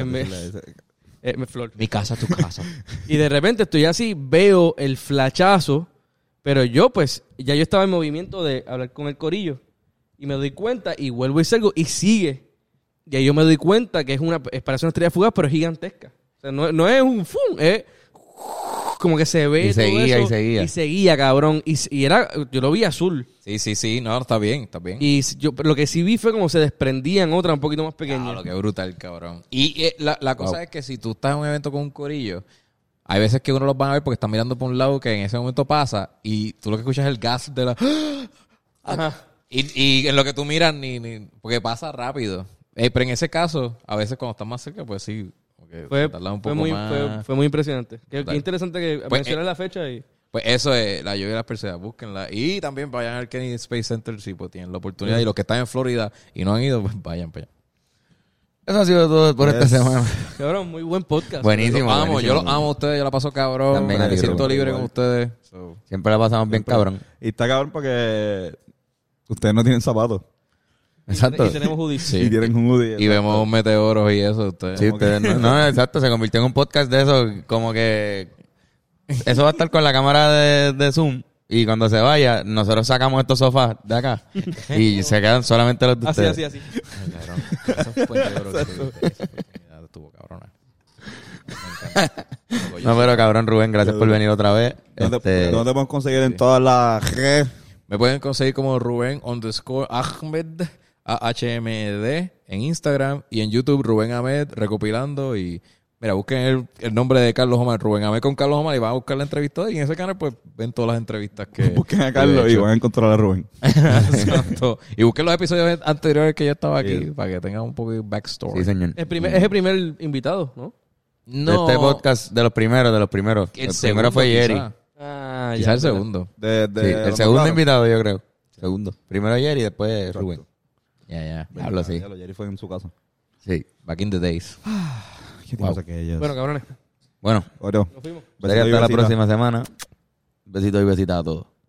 Flor. Mi casa, tu casa. Y de repente estoy así, veo el flachazo, pero yo pues, ya yo estaba en movimiento de hablar con el corillo. Y me doy cuenta y vuelvo y salgo y sigue. Y ahí yo me doy cuenta que parece una estrella fugaz, pero es gigantesca. O sea, no es un fum, es como que se ve Y todo seguía, eso. y seguía. Y seguía, cabrón. Y yo lo vi azul. Sí, no, está bien. Y yo lo que sí vi fue como se desprendían otras un poquito más pequeñas. Lo que brutal, cabrón. Y la cosa es que si tú estás en un evento con un corillo, hay veces que uno los van a ver porque están mirando por un lado que en ese momento pasa y tú lo que escuchas es el gas de la... Ajá. Y en lo que tú miras, porque pasa rápido. Pero en ese caso, a veces cuando estás más cerca, pues sí, tarda un poco más. Fue muy impresionante. Qué interesante que Pues, mencionas la fecha y... Pues eso es la lluvia de las Perseas, búsquenla. Y también vayan al Kennedy Space Center si pues tienen la oportunidad. Y los que están en Florida y no han ido, pues vayan para allá. Eso ha sido todo por esta semana. Cabrón, muy buen podcast. Buenísimo. Yo los amo a ustedes, yo la paso cabrón. También a ti, Me siento Rubén. libre con ustedes. Siempre la pasamos bien, cabrón. Y está cabrón porque ustedes no tienen zapatos. Exacto. Y tenemos hoodies. Sí. Y tienen un hoodie. Y vemos meteoros y eso. Ustedes. Sí, ustedes no, exacto, se convirtió en un podcast de eso, como que eso va a estar con la cámara de Zoom y cuando se vaya, nosotros sacamos estos sofás de acá y se quedan solamente los de ustedes. Así. Ay, cabrón. Eso fue esa oportunidad estuvo cabrona. Me encanta. No, pero cabrón, Rubén, gracias por venir otra vez. ¿Dónde te podemos conseguir en todas las redes? Me pueden conseguir como Rubén_Ahmed AHMD en Instagram y en YouTube Rubén Ahmed recopilando y mira, busquen el nombre de Carlos Omar, Rubén Ahmed con Carlos Omar y van a buscar la entrevista y en ese canal pues ven todas las entrevistas que Busquen a Carlos y van a encontrar a Rubén. Exacto. Y busquen los episodios anteriores que yo estaba aquí para que tengan un poco de backstory. Sí, señor. Es el primer invitado, ¿no? De este podcast, de los primeros. El primero fue Jerry. Quizá el segundo. Sí, el segundo invitado, yo creo. Segundo. Primero Jerry y después Rubén. Ya. Hablo así. Jerry fue en su casa. Sí. Back in the days. ¿Qué tiempos aquellos? Bueno, cabrones. Bueno, Oro. Nos fuimos. sería hasta la próxima semana. Besitos y besitas a todos.